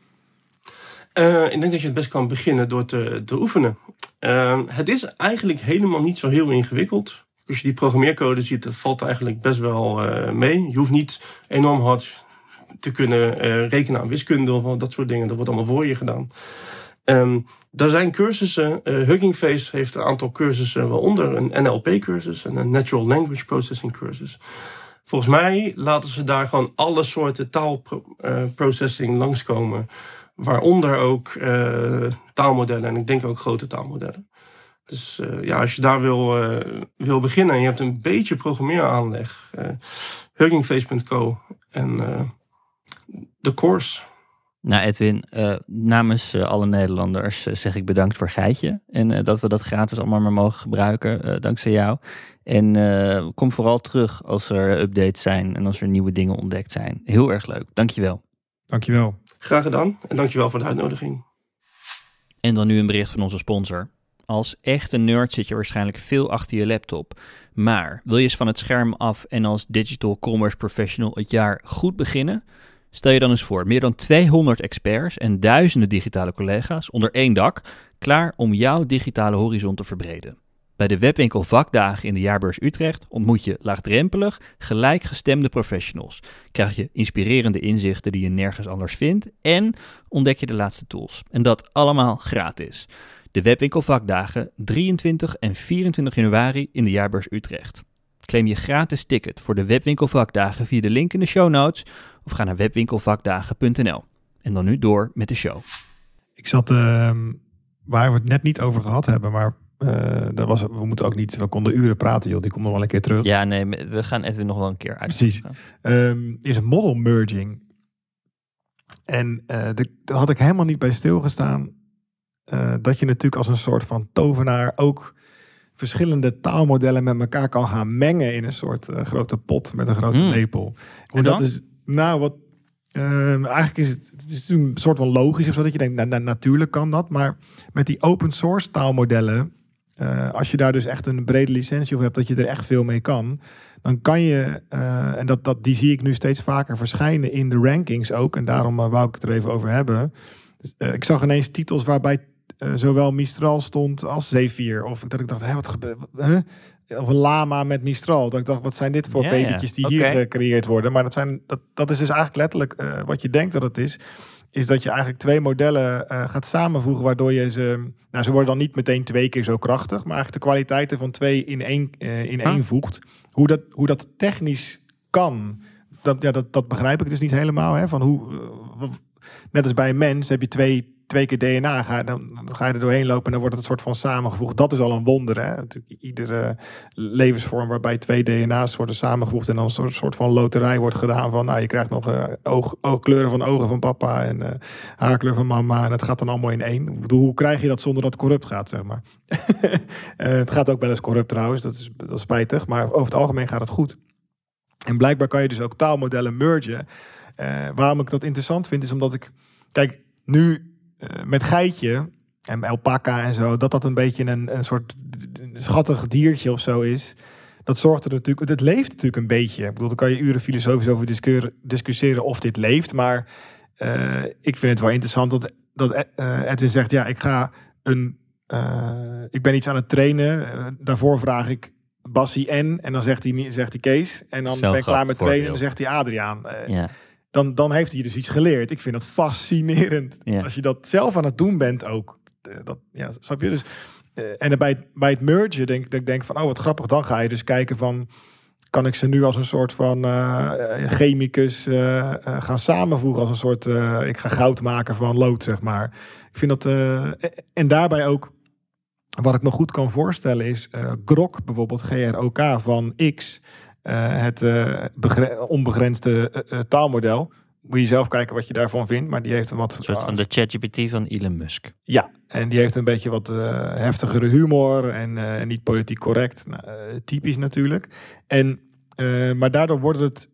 Ik denk dat je het best kan beginnen door te oefenen. Het is eigenlijk helemaal niet zo heel ingewikkeld. Als je die programmeercode ziet, dat valt eigenlijk best wel mee. Je hoeft niet enorm hard te kunnen rekenen aan wiskunde of dat soort dingen. Dat wordt allemaal voor je gedaan. Daar zijn cursussen. Hugging Face heeft een aantal cursussen, waaronder een NLP-cursus en een Natural Language Processing cursus. Volgens mij laten ze daar gewoon alle soorten taalprocessing langskomen. Waaronder ook taalmodellen en ik denk ook grote taalmodellen. Dus als je daar wil beginnen en je hebt een beetje programmeeraanleg, huggingface.co en de course. Nou Edwin, namens alle Nederlanders zeg ik bedankt voor Geitje. En dat we dat gratis allemaal maar mogen gebruiken, dankzij jou. En kom vooral terug als er updates zijn en als er nieuwe dingen ontdekt zijn. Heel erg leuk, dankjewel. Dankjewel. Graag gedaan en dankjewel voor de uitnodiging. En dan nu een bericht van onze sponsor. Als echte nerd zit je waarschijnlijk veel achter je laptop. Maar wil je eens van het scherm af en als digital commerce professional het jaar goed beginnen? Stel je dan eens voor, meer dan 200 experts en duizenden digitale collega's onder één dak, klaar om jouw digitale horizon te verbreden. Bij de Webwinkel Vakdagen in de Jaarbeurs Utrecht ontmoet je laagdrempelig, gelijkgestemde professionals. Krijg je inspirerende inzichten die je nergens anders vindt en ontdek je de laatste tools. En dat allemaal gratis. De Webwinkel Vakdagen 23 en 24 januari in de Jaarbeurs Utrecht. Claim je gratis ticket voor de Webwinkel Vakdagen via de link in de show notes of ga naar webwinkelvakdagen.nl. En dan nu door met de show. Ik zat, waar we het net niet over gehad hebben, maar we konden uren praten, joh. Die komt nog wel een keer terug. Ja, nee, we gaan Edwin nog wel een keer uit. Precies. Is een model merging. En daar had ik helemaal niet bij stilgestaan. Dat je natuurlijk als een soort van tovenaar ook verschillende taalmodellen met elkaar kan gaan mengen in een soort grote pot met een grote lepel. Hoe dan? Dat is, eigenlijk is het is een soort van logisch of zo, dat je denkt, natuurlijk kan dat, maar met die open source taalmodellen, als je daar dus echt een brede licentie op hebt, dat je er echt veel mee kan, dan kan je, en die zie ik nu steeds vaker verschijnen in de rankings ook, en daarom wou ik het er even over hebben. Dus, ik zag ineens titels waarbij zowel Mistral stond als Zephyr. Of dat ik dacht, wat gebeurt? Of een lama met Mistral. Dat ik dacht, wat zijn dit voor babytjes die hier gecreëerd worden? Maar dat is dus eigenlijk letterlijk wat je denkt dat het is dat je eigenlijk 2 modellen gaat samenvoegen, waardoor je ze worden dan niet meteen 2 keer zo krachtig, maar eigenlijk de kwaliteiten van 2 in één voegt. Hoe dat technisch kan, dat begrijp ik dus niet helemaal. Hè? Van net als bij een mens heb je 2 keer DNA, dan ga je er doorheen lopen en dan wordt het een soort van samengevoegd. Dat is al een wonder. Hè? Natuurlijk, iedere levensvorm waarbij 2 DNA's worden samengevoegd en dan een soort van loterij wordt gedaan van, je krijgt nog kleuren van ogen van papa en haarkleur van mama en het gaat dan allemaal in één. Ik bedoel, hoe krijg je dat zonder dat het corrupt gaat, zeg maar? Het gaat ook wel eens corrupt trouwens, dat is spijtig, maar over het algemeen gaat het goed. En blijkbaar kan je dus ook taalmodellen mergen. Waarom ik dat interessant vind, is omdat ik, kijk, nu met geitje en alpaca en zo, dat een beetje een soort schattig diertje of zo is. Dat zorgt er natuurlijk, het leeft natuurlijk een beetje. Ik bedoel, daar kan je uren filosofisch over discussiëren of dit leeft, maar ik vind het wel interessant dat Edwin zegt, ik ben iets aan het trainen. Daarvoor vraag ik Bassie en dan zegt hij Kees. En dan ben ik klaar met trainen en dan zegt hij Adriaan. Dan heeft hij dus iets geleerd. Ik vind dat fascinerend. Ja. Als je dat zelf aan het doen bent ook. Snap je? Dus, en bij het mergen denk ik van, wat grappig. Dan ga je dus kijken van, kan ik ze nu als een soort van chemicus gaan samenvoegen. Als een soort, ik ga goud maken van lood, zeg maar. Ik vind dat, en daarbij ook, wat ik me goed kan voorstellen is, Grok bijvoorbeeld, GROK van X, het onbegrensde taalmodel. Moet je zelf kijken wat je daarvan vindt, maar die heeft een wat... Een soort van de ChatGPT van Elon Musk. Ja, en die heeft een beetje wat heftigere humor en niet politiek correct. Typisch natuurlijk. Maar daardoor wordt het...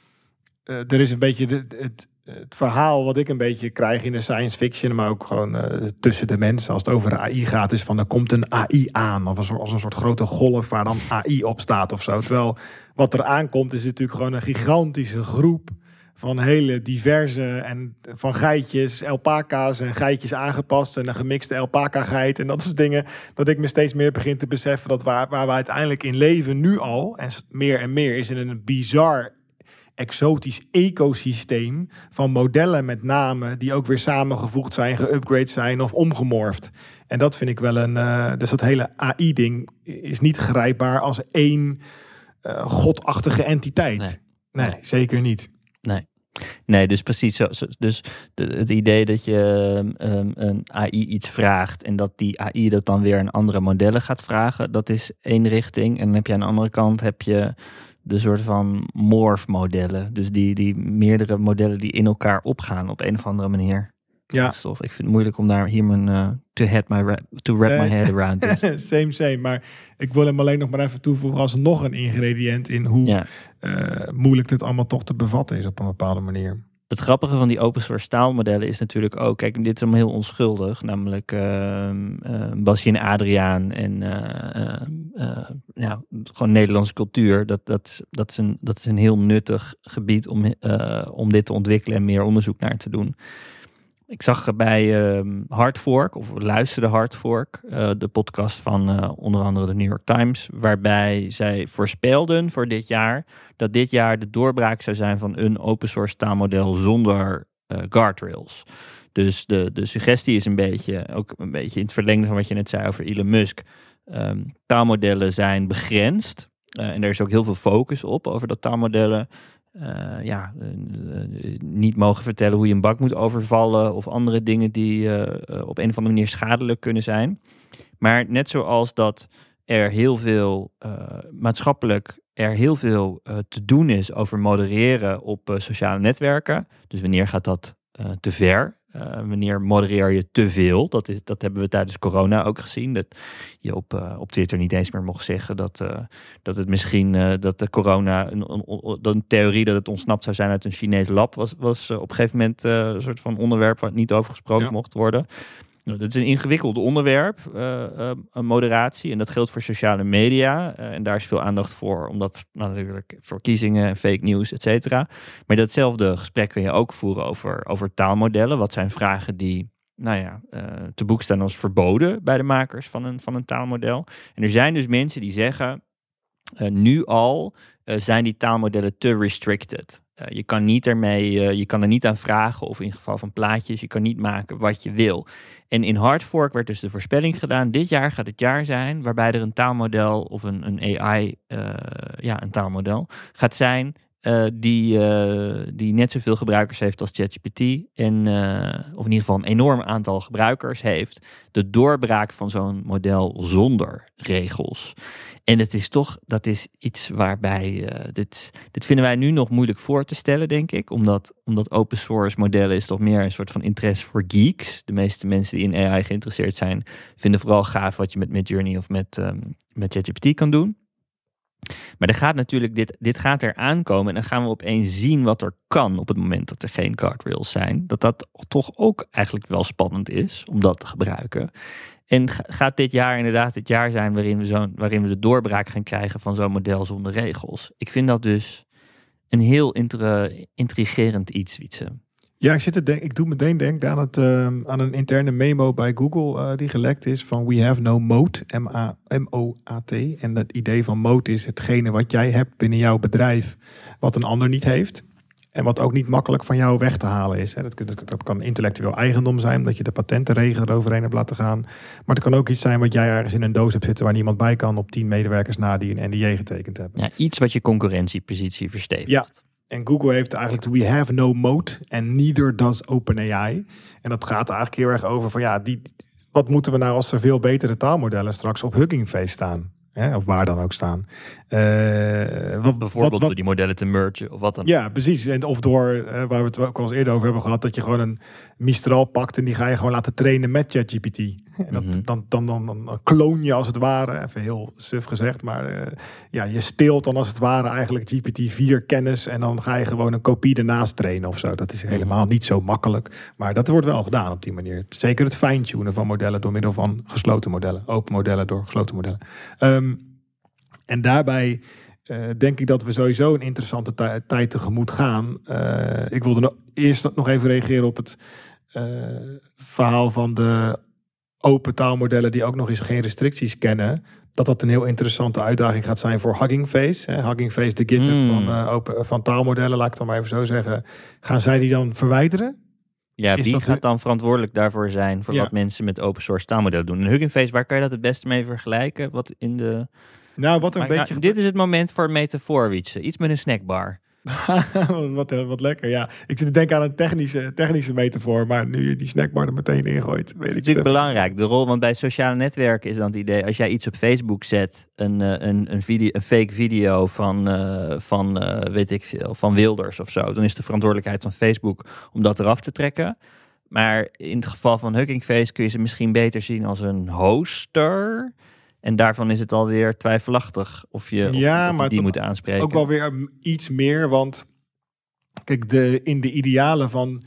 er is een beetje het verhaal wat ik een beetje krijg in de science fiction, maar ook gewoon tussen de mensen. Als het over de AI gaat, is van er komt een AI aan. Of als een soort grote golf waar dan AI op staat of zo. Terwijl wat er aankomt is natuurlijk gewoon een gigantische groep van hele diverse en van geitjes, alpaca's en geitjes aangepast en een gemixte alpaca-geit en dat soort dingen. Dat ik me steeds meer begin te beseffen dat waar we uiteindelijk in leven nu al, en meer is in een bizar exotisch ecosysteem van modellen met namen die ook weer samengevoegd zijn, geupgrade zijn of omgemorfd. En dat vind ik wel dus dat hele AI-ding is niet grijpbaar als één godachtige entiteit. Nee, zeker niet. Nee, dus precies zo. Dus het idee dat je een AI iets vraagt en dat die AI dat dan weer aan andere modellen gaat vragen, dat is één richting. En dan heb je aan de andere kant de soort van morph-modellen. Dus die meerdere modellen die in elkaar opgaan op een of andere manier. Ja. Ik vind het moeilijk om daar hier mijn to wrap my head around is. Same. Maar ik wil hem alleen nog maar even toevoegen als nog een ingrediënt in hoe moeilijk dit allemaal toch te bevatten is op een bepaalde manier. Het grappige van die open source taalmodellen is natuurlijk ook, kijk, dit is allemaal heel onschuldig, namelijk Bassie en Adriaan en gewoon Nederlandse cultuur. Dat is een heel nuttig gebied om dit te ontwikkelen en meer onderzoek naar te doen. Ik zag bij Hardfork, of luisterde Hardfork, de podcast van onder andere de New York Times, waarbij zij voorspelden voor dit jaar dat dit jaar de doorbraak zou zijn van een open source taalmodel zonder guardrails. Dus de suggestie is een beetje in het verlengde van wat je net zei over Elon Musk. Taalmodellen zijn begrensd en er is ook heel veel focus op over dat taalmodellen niet mogen vertellen hoe je een bank moet overvallen of andere dingen die op een of andere manier schadelijk kunnen zijn. Maar net zoals dat er heel veel maatschappelijk heel veel te doen is over modereren op sociale netwerken. Dus wanneer gaat dat te ver? Wanneer modereer je te veel? Dat hebben we tijdens corona ook gezien. Dat je op Twitter niet eens meer mocht zeggen dat het misschien dat de corona een theorie dat het ontsnapt zou zijn uit een Chinees lab was op een gegeven moment een soort van onderwerp waar niet over gesproken mocht worden. Nou, dat is een ingewikkeld onderwerp, moderatie. En dat geldt voor sociale media. En daar is veel aandacht voor, omdat natuurlijk verkiezingen en fake news, et cetera. Maar datzelfde gesprek kun je ook voeren over taalmodellen. Wat zijn vragen die te boek staan als verboden bij de makers van een taalmodel? En er zijn dus mensen die zeggen, nu al zijn die taalmodellen te restricted. Je kan er niet aan vragen, of in geval van plaatjes, je kan niet maken wat je wil. En in Hardfork werd dus de voorspelling gedaan, dit jaar gaat het jaar zijn waarbij er een taalmodel of een AI, een taalmodel gaat zijn die net zoveel gebruikers heeft als ChatGPT en of in ieder geval een enorm aantal gebruikers heeft. De doorbraak van zo'n model zonder regels. En dat is iets waarbij, dit vinden wij nu nog moeilijk voor te stellen, denk ik. Omdat open source modellen is toch meer een soort van interesse voor geeks. De meeste mensen die in AI geïnteresseerd zijn, vinden vooral gaaf wat je met Midjourney of met ChatGPT kan doen. Maar er gaat natuurlijk, dit gaat er aankomen en dan gaan we opeens zien wat er kan op het moment dat er geen guardrails zijn. Dat toch ook eigenlijk wel spannend is om dat te gebruiken. En gaat dit jaar inderdaad het jaar zijn waarin we de doorbraak gaan krijgen van zo'n model zonder regels? Ik vind dat dus een heel intrigerend iets, Wietse. Ja, ik doe meteen denken aan een interne memo bij Google die gelekt is van we have no moat, M-O-A-T. En het idee van moat is hetgene wat jij hebt binnen jouw bedrijf, wat een ander niet heeft. En wat ook niet makkelijk van jou weg te halen is. Dat kan intellectueel eigendom zijn, omdat je de patentenregel eroverheen hebt laten gaan. Maar het kan ook iets zijn wat jij ergens in een doos hebt zitten waar niemand bij kan op 10 medewerkers na die een NDA getekend hebben. Ja, iets wat je concurrentiepositie verstevigt. Ja. En Google heeft eigenlijk we have no moat and neither does OpenAI. En dat gaat eigenlijk heel erg over van wat moeten we nou als er veel betere taalmodellen straks op Hugging Face staan? Of waar dan ook staan. Bijvoorbeeld door die modellen te mergen of wat dan. Ja, precies. En of door, waar we het ook al eens eerder over hebben gehad, dat je gewoon een Mistral pakt en die ga je gewoon laten trainen met ChatGPT. En dan kloon je als het ware, even heel suf gezegd, maar je steelt dan als het ware eigenlijk GPT-4 kennis en dan ga je gewoon een kopie ernaast trainen of zo. Dat is helemaal niet zo makkelijk, maar dat wordt wel gedaan op die manier. Zeker het fine-tunen van modellen door middel van gesloten modellen, open modellen door gesloten modellen. En daarbij denk ik dat we sowieso een interessante tijd tegemoet gaan. Ik wilde eerst nog even reageren op het verhaal van de open taalmodellen die ook nog eens geen restricties kennen. Dat een heel interessante uitdaging gaat zijn voor Hugging Face. Hugging Face, de GitHub van taalmodellen, laat ik het dan maar even zo zeggen. Gaan zij die dan verwijderen? Ja, wie gaat dan verantwoordelijk daarvoor zijn voor wat mensen met open source taalmodellen doen? En Hugging Face, waar kan je dat het beste mee vergelijken? Dit is het moment voor een metafoor, Wietse. Iets met een snackbar. wat lekker, ja. Ik zit te denken aan een technische metafoor, maar nu je die snackbar er meteen ingooit, weet ik. Het is natuurlijk belangrijk. De rol, want bij sociale netwerken is dan het idee, als jij iets op Facebook zet, een fake video van weet ik veel, van Wilders of zo, dan is de verantwoordelijkheid van Facebook om dat eraf te trekken. Maar in het geval van Hugging Face kun je ze misschien beter zien als een hoster. En daarvan is het alweer twijfelachtig of je die moet aanspreken. Ook wel weer iets meer, want kijk, in de idealen van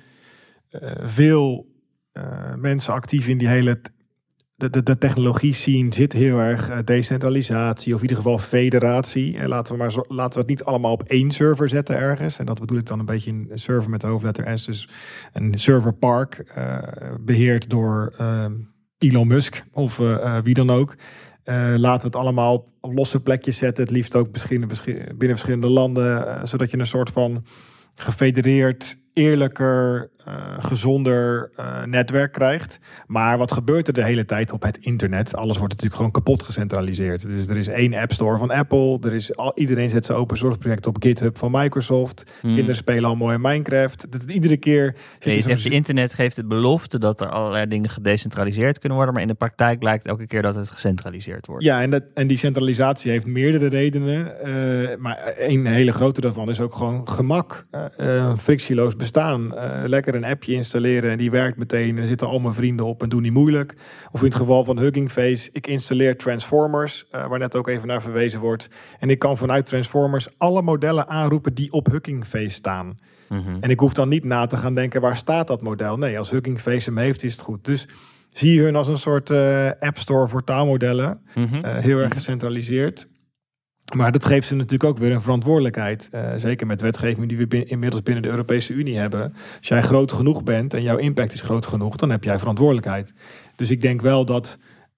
veel mensen actief in die hele de technologie scene zit heel erg decentralisatie of in ieder geval federatie. En laten we het niet allemaal op één server zetten ergens. En dat bedoel ik dan een beetje een server met de hoofdletter S. Dus een serverpark beheerd door Elon Musk of wie dan ook. Laten we het allemaal op losse plekjes zetten. Het liefst ook binnen verschillende landen. Zodat je een soort van gefedereerd, eerlijker, gezonder netwerk krijgt. Maar wat gebeurt er de hele tijd op het internet? Alles wordt natuurlijk gewoon kapot gecentraliseerd. Dus er is één App Store van Apple. Iedereen zet zijn open source project op GitHub van Microsoft. Kinderen spelen al mooi in Minecraft. Iedere keer... Het internet geeft het belofte dat er allerlei dingen gedecentraliseerd kunnen worden. Maar in de praktijk blijkt elke keer dat het gecentraliseerd wordt. Ja, en die centralisatie heeft meerdere redenen. Maar één hele grote daarvan is ook gewoon gemak. Frictieloos bestaan. Lekker lekker een appje installeren en die werkt meteen. Er zitten al mijn vrienden op en doen niet moeilijk. Of in het geval van Hugging Face, ik installeer Transformers, waar net ook even naar verwezen wordt. En ik kan vanuit Transformers alle modellen aanroepen die op Hugging Face staan. En ik hoef dan niet na te gaan denken, waar staat dat model? Nee, als Hugging Face hem heeft, is het goed. Dus zie je hun als een soort app store voor taalmodellen. Heel erg gecentraliseerd. Maar dat geeft ze natuurlijk ook weer een verantwoordelijkheid. Zeker met wetgeving die we inmiddels binnen de Europese Unie hebben. Als jij groot genoeg bent en jouw impact is groot genoeg, dan heb jij verantwoordelijkheid. Dus ik denk wel dat,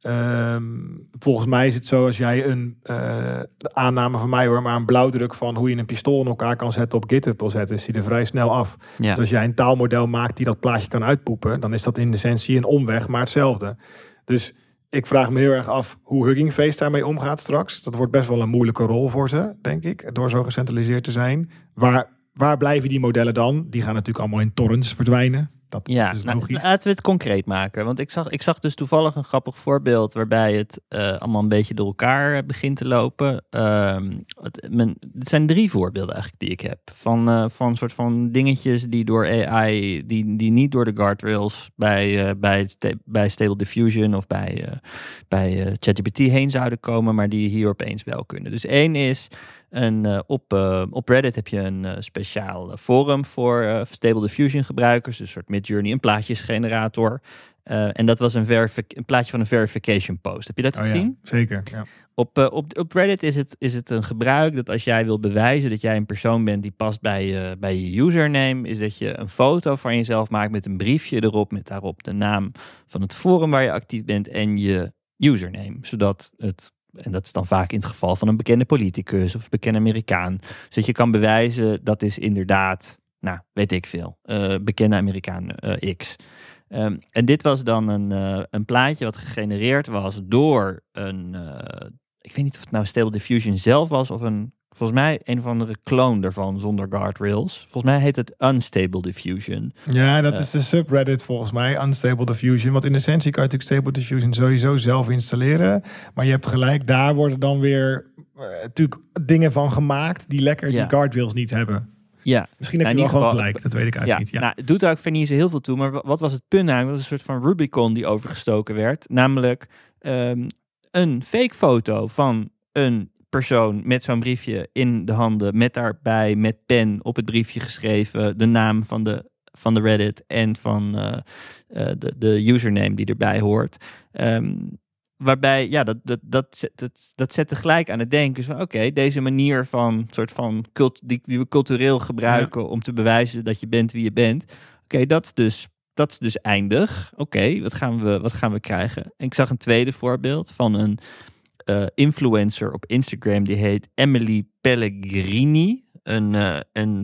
volgens mij is het zo, als jij de aanname van mij hoor, maar een blauwdruk van hoe je een pistool in elkaar kan zetten op GitHub wil zetten, is die er vrij snel af. Ja. Dus als jij een taalmodel maakt die dat plaatje kan uitpoepen, dan is dat in essentie een omweg, maar hetzelfde. Dus ik vraag me heel erg af hoe Hugging Face daarmee omgaat straks. Dat wordt best wel een moeilijke rol voor ze, denk ik, door zo gecentraliseerd te zijn. Waar blijven die modellen dan? Die gaan natuurlijk allemaal in torrents verdwijnen. Dat is logisch. Laten we het concreet maken. Want ik zag dus toevallig een grappig voorbeeld waarbij het allemaal een beetje door elkaar begint te lopen. Het zijn 3 voorbeelden eigenlijk die ik heb. Van soort van dingetjes die door AI, die niet door de guardrails bij Stable Diffusion of bij ChatGPT heen zouden komen, maar die hier opeens wel kunnen. Dus 1 is, op Reddit heb je een speciaal forum voor Stable Diffusion gebruikers, dus een soort Midjourney, een plaatjesgenerator. En dat was een plaatje van een verification post. Heb je dat gezien? Ja, zeker. Ja. Op Reddit is het een gebruik dat als jij wil bewijzen dat jij een persoon bent die past bij je username, is dat je een foto van jezelf maakt met een briefje erop, met daarop de naam van het forum waar je actief bent en je username, zodat en dat is dan vaak in het geval van een bekende politicus of een bekende Amerikaan. Zodat je kan bewijzen dat is inderdaad, weet ik veel, bekende Amerikaan X. En dit was dan een plaatje wat gegenereerd was door ik weet niet of het nou Stable Diffusion zelf was of volgens mij een of andere clone daarvan zonder guardrails. Volgens mij heet het Unstable Diffusion. Ja, dat is de subreddit volgens mij, Unstable Diffusion. Want in essentie kan je natuurlijk Stable Diffusion sowieso zelf installeren. Maar je hebt gelijk, daar worden dan weer natuurlijk dingen van gemaakt die lekker die guardrails niet hebben. Ja. Misschien heb je wel gewoon gelijk, dat weet ik eigenlijk niet. Ja. Het doet er ook verder niet zo heel veel toe. Maar wat was het punt nou? Dat was een soort van Rubicon die overgestoken werd. Namelijk een fake foto van een persoon met zo'n briefje in de handen, met daarbij met pen op het briefje geschreven de naam van de Reddit en van de username die erbij hoort. Waarbij, dat zet tegelijk aan het denken van oké, deze manier van soort van die we cultureel gebruiken om te bewijzen dat je bent wie je bent. Oké, dat is dus eindig. Oké, wat gaan we krijgen? En ik zag een tweede voorbeeld van een influencer op Instagram, die heet Emily Pellegrini. Een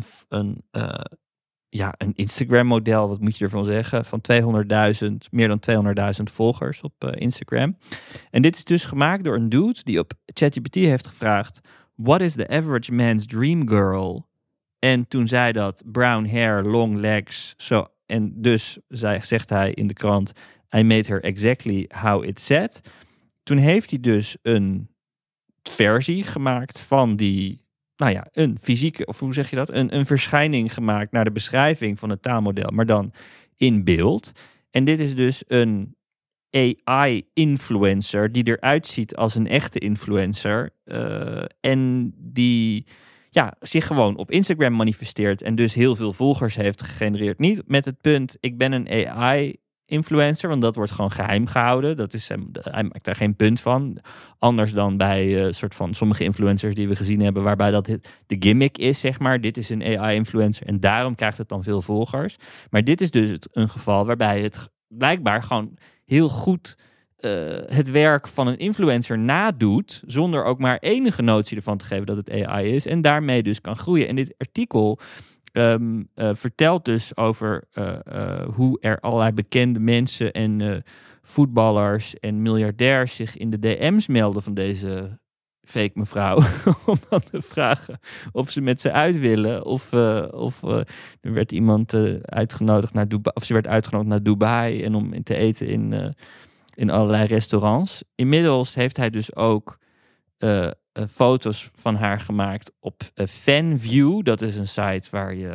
Instagram-model, wat moet je ervan zeggen, van meer dan 200.000 volgers op Instagram. En dit is dus gemaakt door een dude die op ChatGPT heeft gevraagd: what is the average man's dream girl? En toen zei dat brown hair, long legs, zo. En dus zegt hij in de krant: I made her exactly how it said. Toen heeft hij dus een versie gemaakt van die, een fysieke, of hoe zeg je dat? Een verschijning gemaakt naar de beschrijving van het taalmodel, maar dan in beeld. En dit is dus een AI-influencer die eruit ziet als een echte influencer. En die zich gewoon op Instagram manifesteert en dus heel veel volgers heeft gegenereerd. Niet met het punt, ik ben een AI-influencer, want dat wordt gewoon geheim gehouden. Hij maakt daar geen punt van. Anders dan bij soort van sommige influencers die we gezien hebben, waarbij dat de gimmick is, zeg maar. Dit is een AI-influencer en daarom krijgt het dan veel volgers. Maar dit is dus een geval waarbij het blijkbaar gewoon heel goed het werk van een influencer nadoet, zonder ook maar enige notie ervan te geven dat het AI is, en daarmee dus kan groeien. En dit artikel vertelt dus over hoe er allerlei bekende mensen en voetballers en miljardairs zich in de DM's melden van deze fake mevrouw, om dan te vragen of ze met ze uit willen. Of er werd iemand uitgenodigd naar Dubai, of ze werd uitgenodigd naar Dubai en om te eten in allerlei restaurants. Inmiddels heeft hij dus ook foto's van haar gemaakt op Fanview. Dat is een site waar je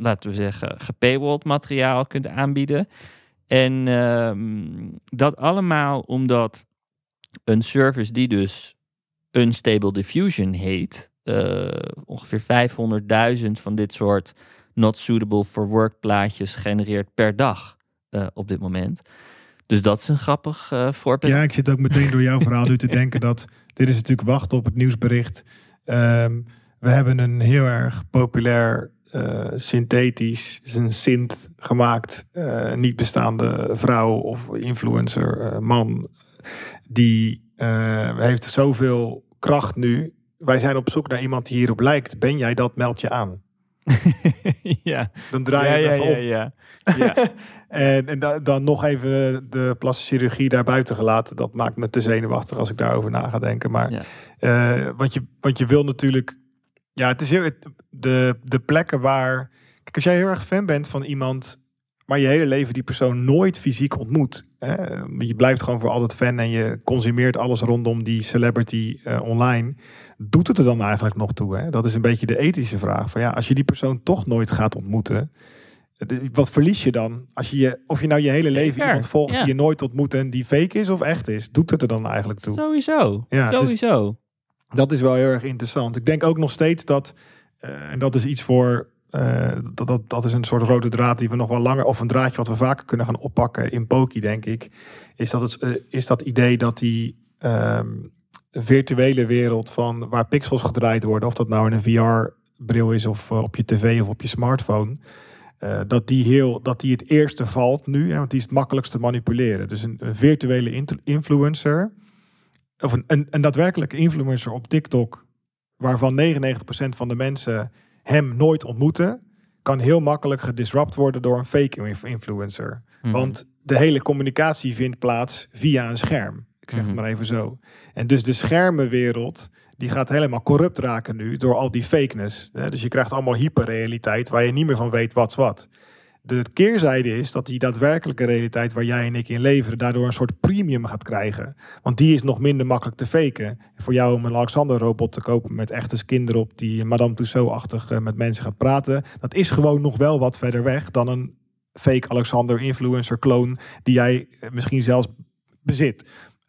laten we zeggen, gepaywalled materiaal kunt aanbieden. En dat allemaal omdat een service die dus Unstable Diffusion heet, ongeveer 500.000 van dit soort not suitable for work plaatjes genereert per dag op dit moment. Dus dat is een grappig voorbeeld. Ja, ik zit ook meteen door jouw verhaal nu te denken dat dit is natuurlijk wachten op het nieuwsbericht. We hebben een heel erg populair synthetisch, een synth gemaakt, niet bestaande vrouw of influencer, man, die heeft zoveel kracht nu. Wij zijn op zoek naar iemand die hierop lijkt. Ben jij dat? Meld je aan. Ja. Dan draai je even om. Ja. En dan nog even de plastische chirurgie daar buiten gelaten. Dat maakt me te zenuwachtig als ik daarover na ga denken. Maar wat je wil natuurlijk... Ja, het is heel, de plekken waar... Kijk, als jij heel erg fan bent van iemand... maar je hele leven die persoon nooit fysiek ontmoet... je blijft gewoon voor altijd fan... en je consumeert alles rondom die celebrity online... doet het er dan eigenlijk nog toe? Hè? Dat is een beetje de ethische vraag. Van ja, als je die persoon toch nooit gaat ontmoeten... wat verlies je dan? Of je nou je hele leven iemand volgt... die je nooit ontmoet en die fake is of echt is... doet het er dan eigenlijk toe? Sowieso. Ja, Sowieso. Dus dat is wel heel erg interessant. Ik denk ook nog steeds dat... en dat is iets voor... dat is een soort rode draad die we nog wel langer... of een draadje wat we vaker kunnen gaan oppakken in Poki, denk ik. Is dat idee dat die virtuele wereld van waar pixels gedraaid worden... of dat nou in een VR-bril is of op je tv of op je smartphone... dat die het eerste valt nu, want die is het makkelijkst te manipuleren. Dus een virtuele influencer... of een daadwerkelijke influencer op TikTok... waarvan 99% van de mensen hem nooit ontmoeten... kan heel makkelijk gedisrupt worden door een fake influencer. Mm-hmm. Want de hele communicatie vindt plaats via een scherm. Ik zeg het maar even zo. En dus de schermenwereld... die gaat helemaal corrupt raken nu door al die fakeness. Dus je krijgt allemaal hyperrealiteit... waar je niet meer van weet wat's wat. De keerzijde is dat die daadwerkelijke realiteit... waar jij en ik in leven... daardoor een soort premium gaat krijgen. Want die is nog minder makkelijk te faken. Voor jou om een Alexander-robot te kopen... met echte skin erop... die Madame Tussauds-achtig met mensen gaat praten... dat is gewoon nog wel wat verder weg... dan een fake Alexander-influencer-kloon... die jij misschien zelfs bezit.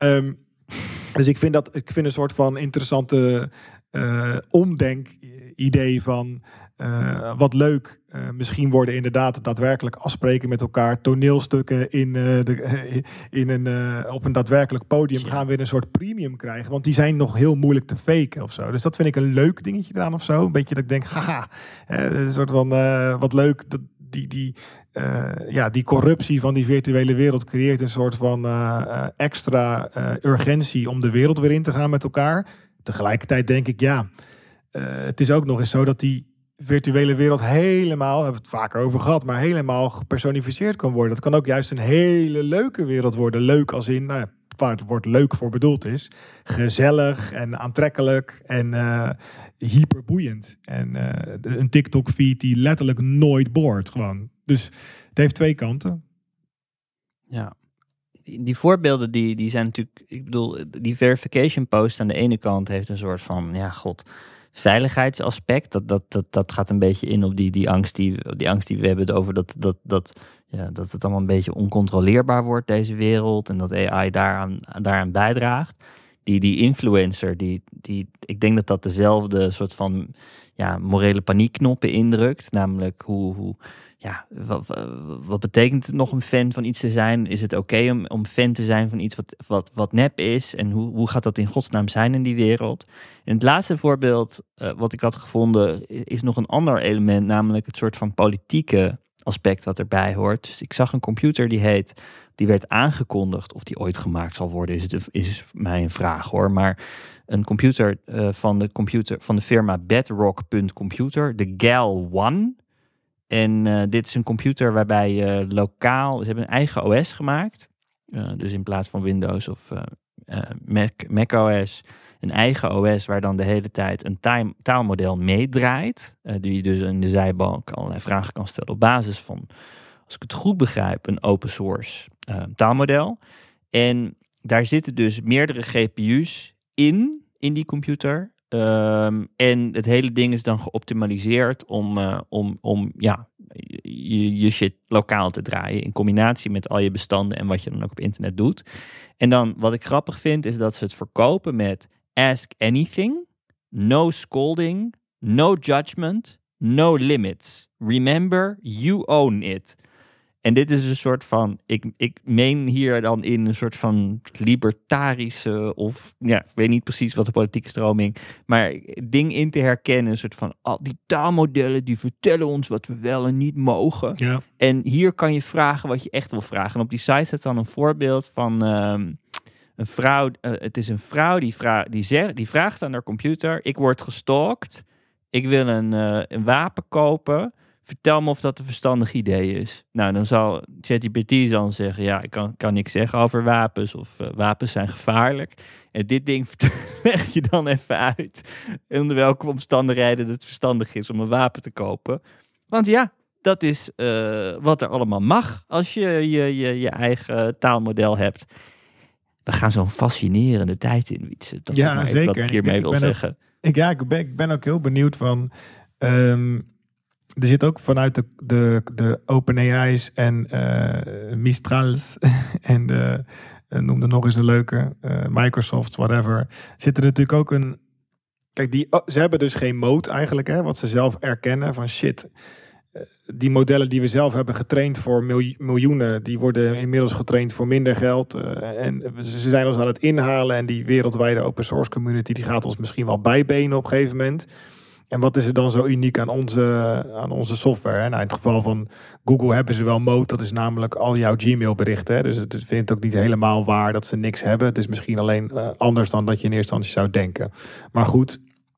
Dus ik vind een soort van interessante omdenk-idee van... wat leuk. Misschien worden inderdaad daadwerkelijk afspreken met elkaar. Toneelstukken op een daadwerkelijk podium gaan weer een soort premium krijgen. Want die zijn nog heel moeilijk te faken of zo. Dus dat vind ik een leuk dingetje eraan of zo. Een beetje dat ik denk, haha, een soort van wat leuk. Die corruptie van die virtuele wereld creëert een soort van extra urgentie om de wereld weer in te gaan met elkaar. Tegelijkertijd denk ik, het is ook nog eens zo dat die virtuele wereld helemaal, hebben we het vaker over gehad, maar helemaal gepersonificeerd kan worden. Dat kan ook juist een hele leuke wereld worden. Leuk als in, waar het woord leuk voor bedoeld is. Gezellig en aantrekkelijk en hyperboeiend. En een TikTok-feed die letterlijk nooit boort gewoon. Dus het heeft twee kanten. Ja. Die voorbeelden die zijn natuurlijk, ik bedoel, die verification post aan de ene kant heeft een soort van, veiligheidsaspect. Dat gaat een beetje in op die angst die we hebben over dat het allemaal een beetje oncontroleerbaar wordt, deze wereld, en dat AI daaraan bijdraagt. Die influencer, ik denk dat dezelfde soort van morele paniekknoppen indrukt. Namelijk wat betekent het nog om fan van iets te zijn? Is het oké om fan te zijn van iets wat nep is? En hoe gaat dat in godsnaam zijn in die wereld? En het laatste voorbeeld wat ik had gevonden is nog een ander element, namelijk het soort van politieke aspect wat erbij hoort. Dus ik zag een computer die werd aangekondigd. Of die ooit gemaakt zal worden, is mij een vraag hoor. Maar een computer van de firma Bedrock.computer, de GAL-1. En dit is een computer waarbij je lokaal... Ze hebben een eigen OS gemaakt. Dus in plaats van Windows of Mac OS... een eigen OS waar dan de hele tijd een taalmodel meedraait. Die je dus in de zijbalk allerlei vragen kan stellen op basis van... als ik het goed begrijp, een open source taalmodel. En daar zitten dus meerdere GPU's in die computer... en het hele ding is dan geoptimaliseerd om je shit lokaal te draaien. In combinatie met al je bestanden en wat je dan ook op internet doet. En dan wat ik grappig vind is dat ze het verkopen met ask anything, no scolding, no judgment, no limits. Remember, you own it. En dit is een soort van, ik meen hier dan in een soort van libertarische of, ik weet niet precies wat de politieke stroming, maar ding in te herkennen, een soort van, al die taalmodellen die vertellen ons wat we wel en niet mogen. Ja. En hier kan je vragen wat je echt wil vragen. En op die site staat dan een voorbeeld van een vrouw, het is een vrouw die vraagt aan haar computer, ik word gestalkt, ik wil een wapen kopen. Vertel me of dat een verstandig idee is. Nou, dan zal ChatGPT dan zeggen, ja, ik kan niks zeggen over wapens of wapens zijn gevaarlijk. En dit ding leg je dan even uit onder welke omstandigheden het verstandig is om een wapen te kopen. Want ja, dat is wat er allemaal mag als je je eigen taalmodel hebt. We gaan zo'n fascinerende tijd in, Wietse. Dat is maar zeker wat ik hiermee wil zeggen. Ik ben ook heel benieuwd van... er zit ook vanuit de OpenAI's en Mistrals en noem er nog eens een leuke, Microsoft, whatever. Zit er natuurlijk ook een... Kijk, ze hebben dus geen mode eigenlijk, hè, wat ze zelf erkennen van shit. Die modellen die we zelf hebben getraind voor miljoenen, die worden inmiddels getraind voor minder geld. En ze zijn ons aan het inhalen en die wereldwijde open source community die gaat ons misschien wel bijbenen op een gegeven moment. En wat is er dan zo uniek aan onze software? Hè? Nou, in het geval van Google hebben ze wel Mode. Dat is namelijk al jouw Gmail berichten. Hè? Dus het vindt ook niet helemaal waar dat ze niks hebben. Het is misschien alleen anders dan dat je in eerste instantie zou denken. Maar goed,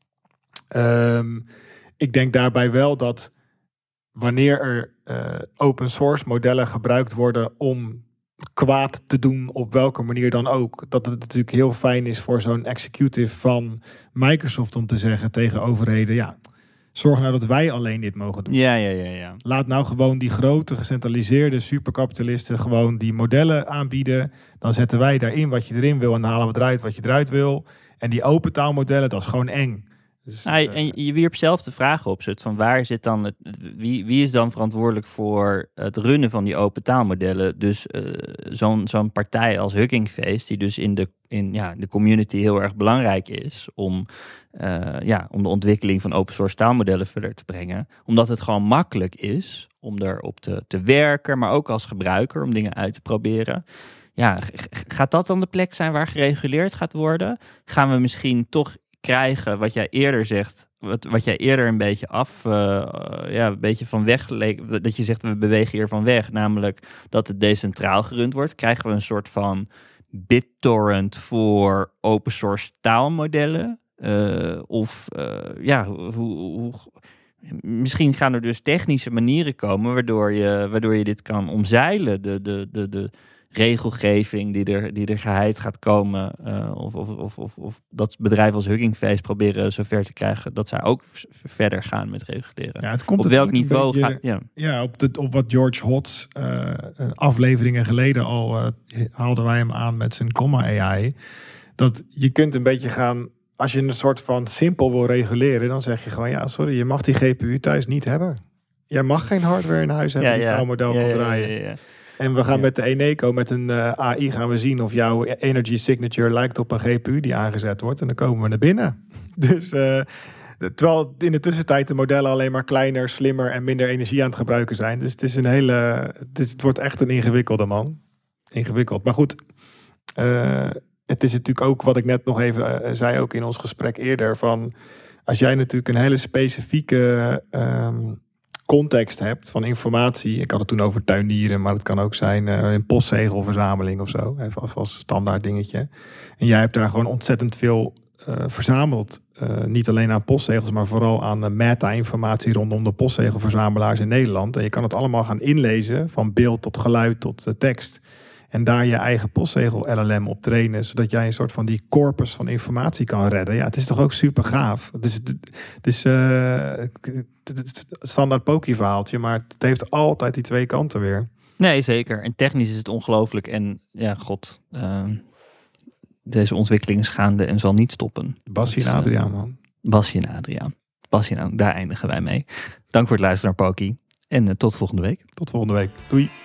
ik denk daarbij wel dat wanneer er open source modellen gebruikt worden om kwaad te doen op welke manier dan ook, dat het natuurlijk heel fijn is voor zo'n executive van Microsoft om te zeggen tegen overheden, ja, zorg nou dat wij alleen dit mogen doen. Ja. Laat nou gewoon die grote gecentraliseerde superkapitalisten gewoon die modellen aanbieden. Dan zetten wij daarin wat je erin wil en dan halen we eruit wat je eruit wil. En die open taalmodellen, dat is gewoon eng. Dus, en je wierp zelf de vraag op, van waar zit dan wie is dan verantwoordelijk voor het runnen van die open taalmodellen? Dus zo'n partij als Hugging Face, die dus in de community heel erg belangrijk is om de ontwikkeling van open source taalmodellen verder te brengen. Omdat het gewoon makkelijk is om erop te werken, maar ook als gebruiker om dingen uit te proberen. Ja, gaat dat dan de plek zijn waar gereguleerd gaat worden? Gaan we misschien toch krijgen wat jij eerder zegt, wat jij eerder een beetje een beetje van weg leek, dat je zegt we bewegen hier van weg, namelijk dat het decentraal gerund wordt, krijgen we een soort van BitTorrent voor open source taalmodellen, misschien gaan er dus technische manieren komen waardoor je dit kan omzeilen, de regelgeving die er geheid gaat komen, of dat bedrijven als Hugging Face proberen zover te krijgen dat zij ook verder gaan met reguleren. Ja, het komt op welk niveau gaat? Ja, op wat George Hotz afleveringen geleden al haalden wij hem aan met zijn Comma AI. Dat je kunt een beetje gaan, als je een soort van simpel wil reguleren, dan zeg je gewoon, ja, sorry, je mag die GPU thuis niet hebben. Jij mag geen hardware in huis hebben die jouw model kan draaien. Ja. En we gaan met de Eneco, met een AI gaan we zien of jouw energy signature lijkt op een GPU die aangezet wordt. En dan komen we naar binnen. Dus terwijl in de tussentijd de modellen alleen maar kleiner, slimmer en minder energie aan het gebruiken zijn. Dus het is het wordt echt een ingewikkelde, man. Ingewikkeld. Maar goed, het is natuurlijk ook wat ik net nog even zei, ook in ons gesprek eerder, van als jij natuurlijk een hele specifieke context hebt van informatie. Ik had het toen over tuinieren, maar het kan ook zijn een postzegelverzameling of zo. Even als standaard dingetje. En jij hebt daar gewoon ontzettend veel verzameld. Niet alleen aan postzegels, maar vooral aan meta-informatie rondom de postzegelverzamelaars in Nederland. En je kan het allemaal gaan inlezen, van beeld tot geluid tot tekst. En daar je eigen postzegel-LLM op trainen, zodat jij een soort van die corpus van informatie kan redden. Ja, het is toch ook super gaaf. Het is het standaard Poki-verhaaltje, maar het heeft altijd die twee kanten weer. Nee, zeker. En technisch is het ongelooflijk. En ja, deze ontwikkeling is gaande en zal niet stoppen. Bassie en Adriaan, man. Bassie en Adriaan, daar eindigen wij mee. Dank voor het luisteren naar Poki. En tot volgende week. Tot volgende week. Doei.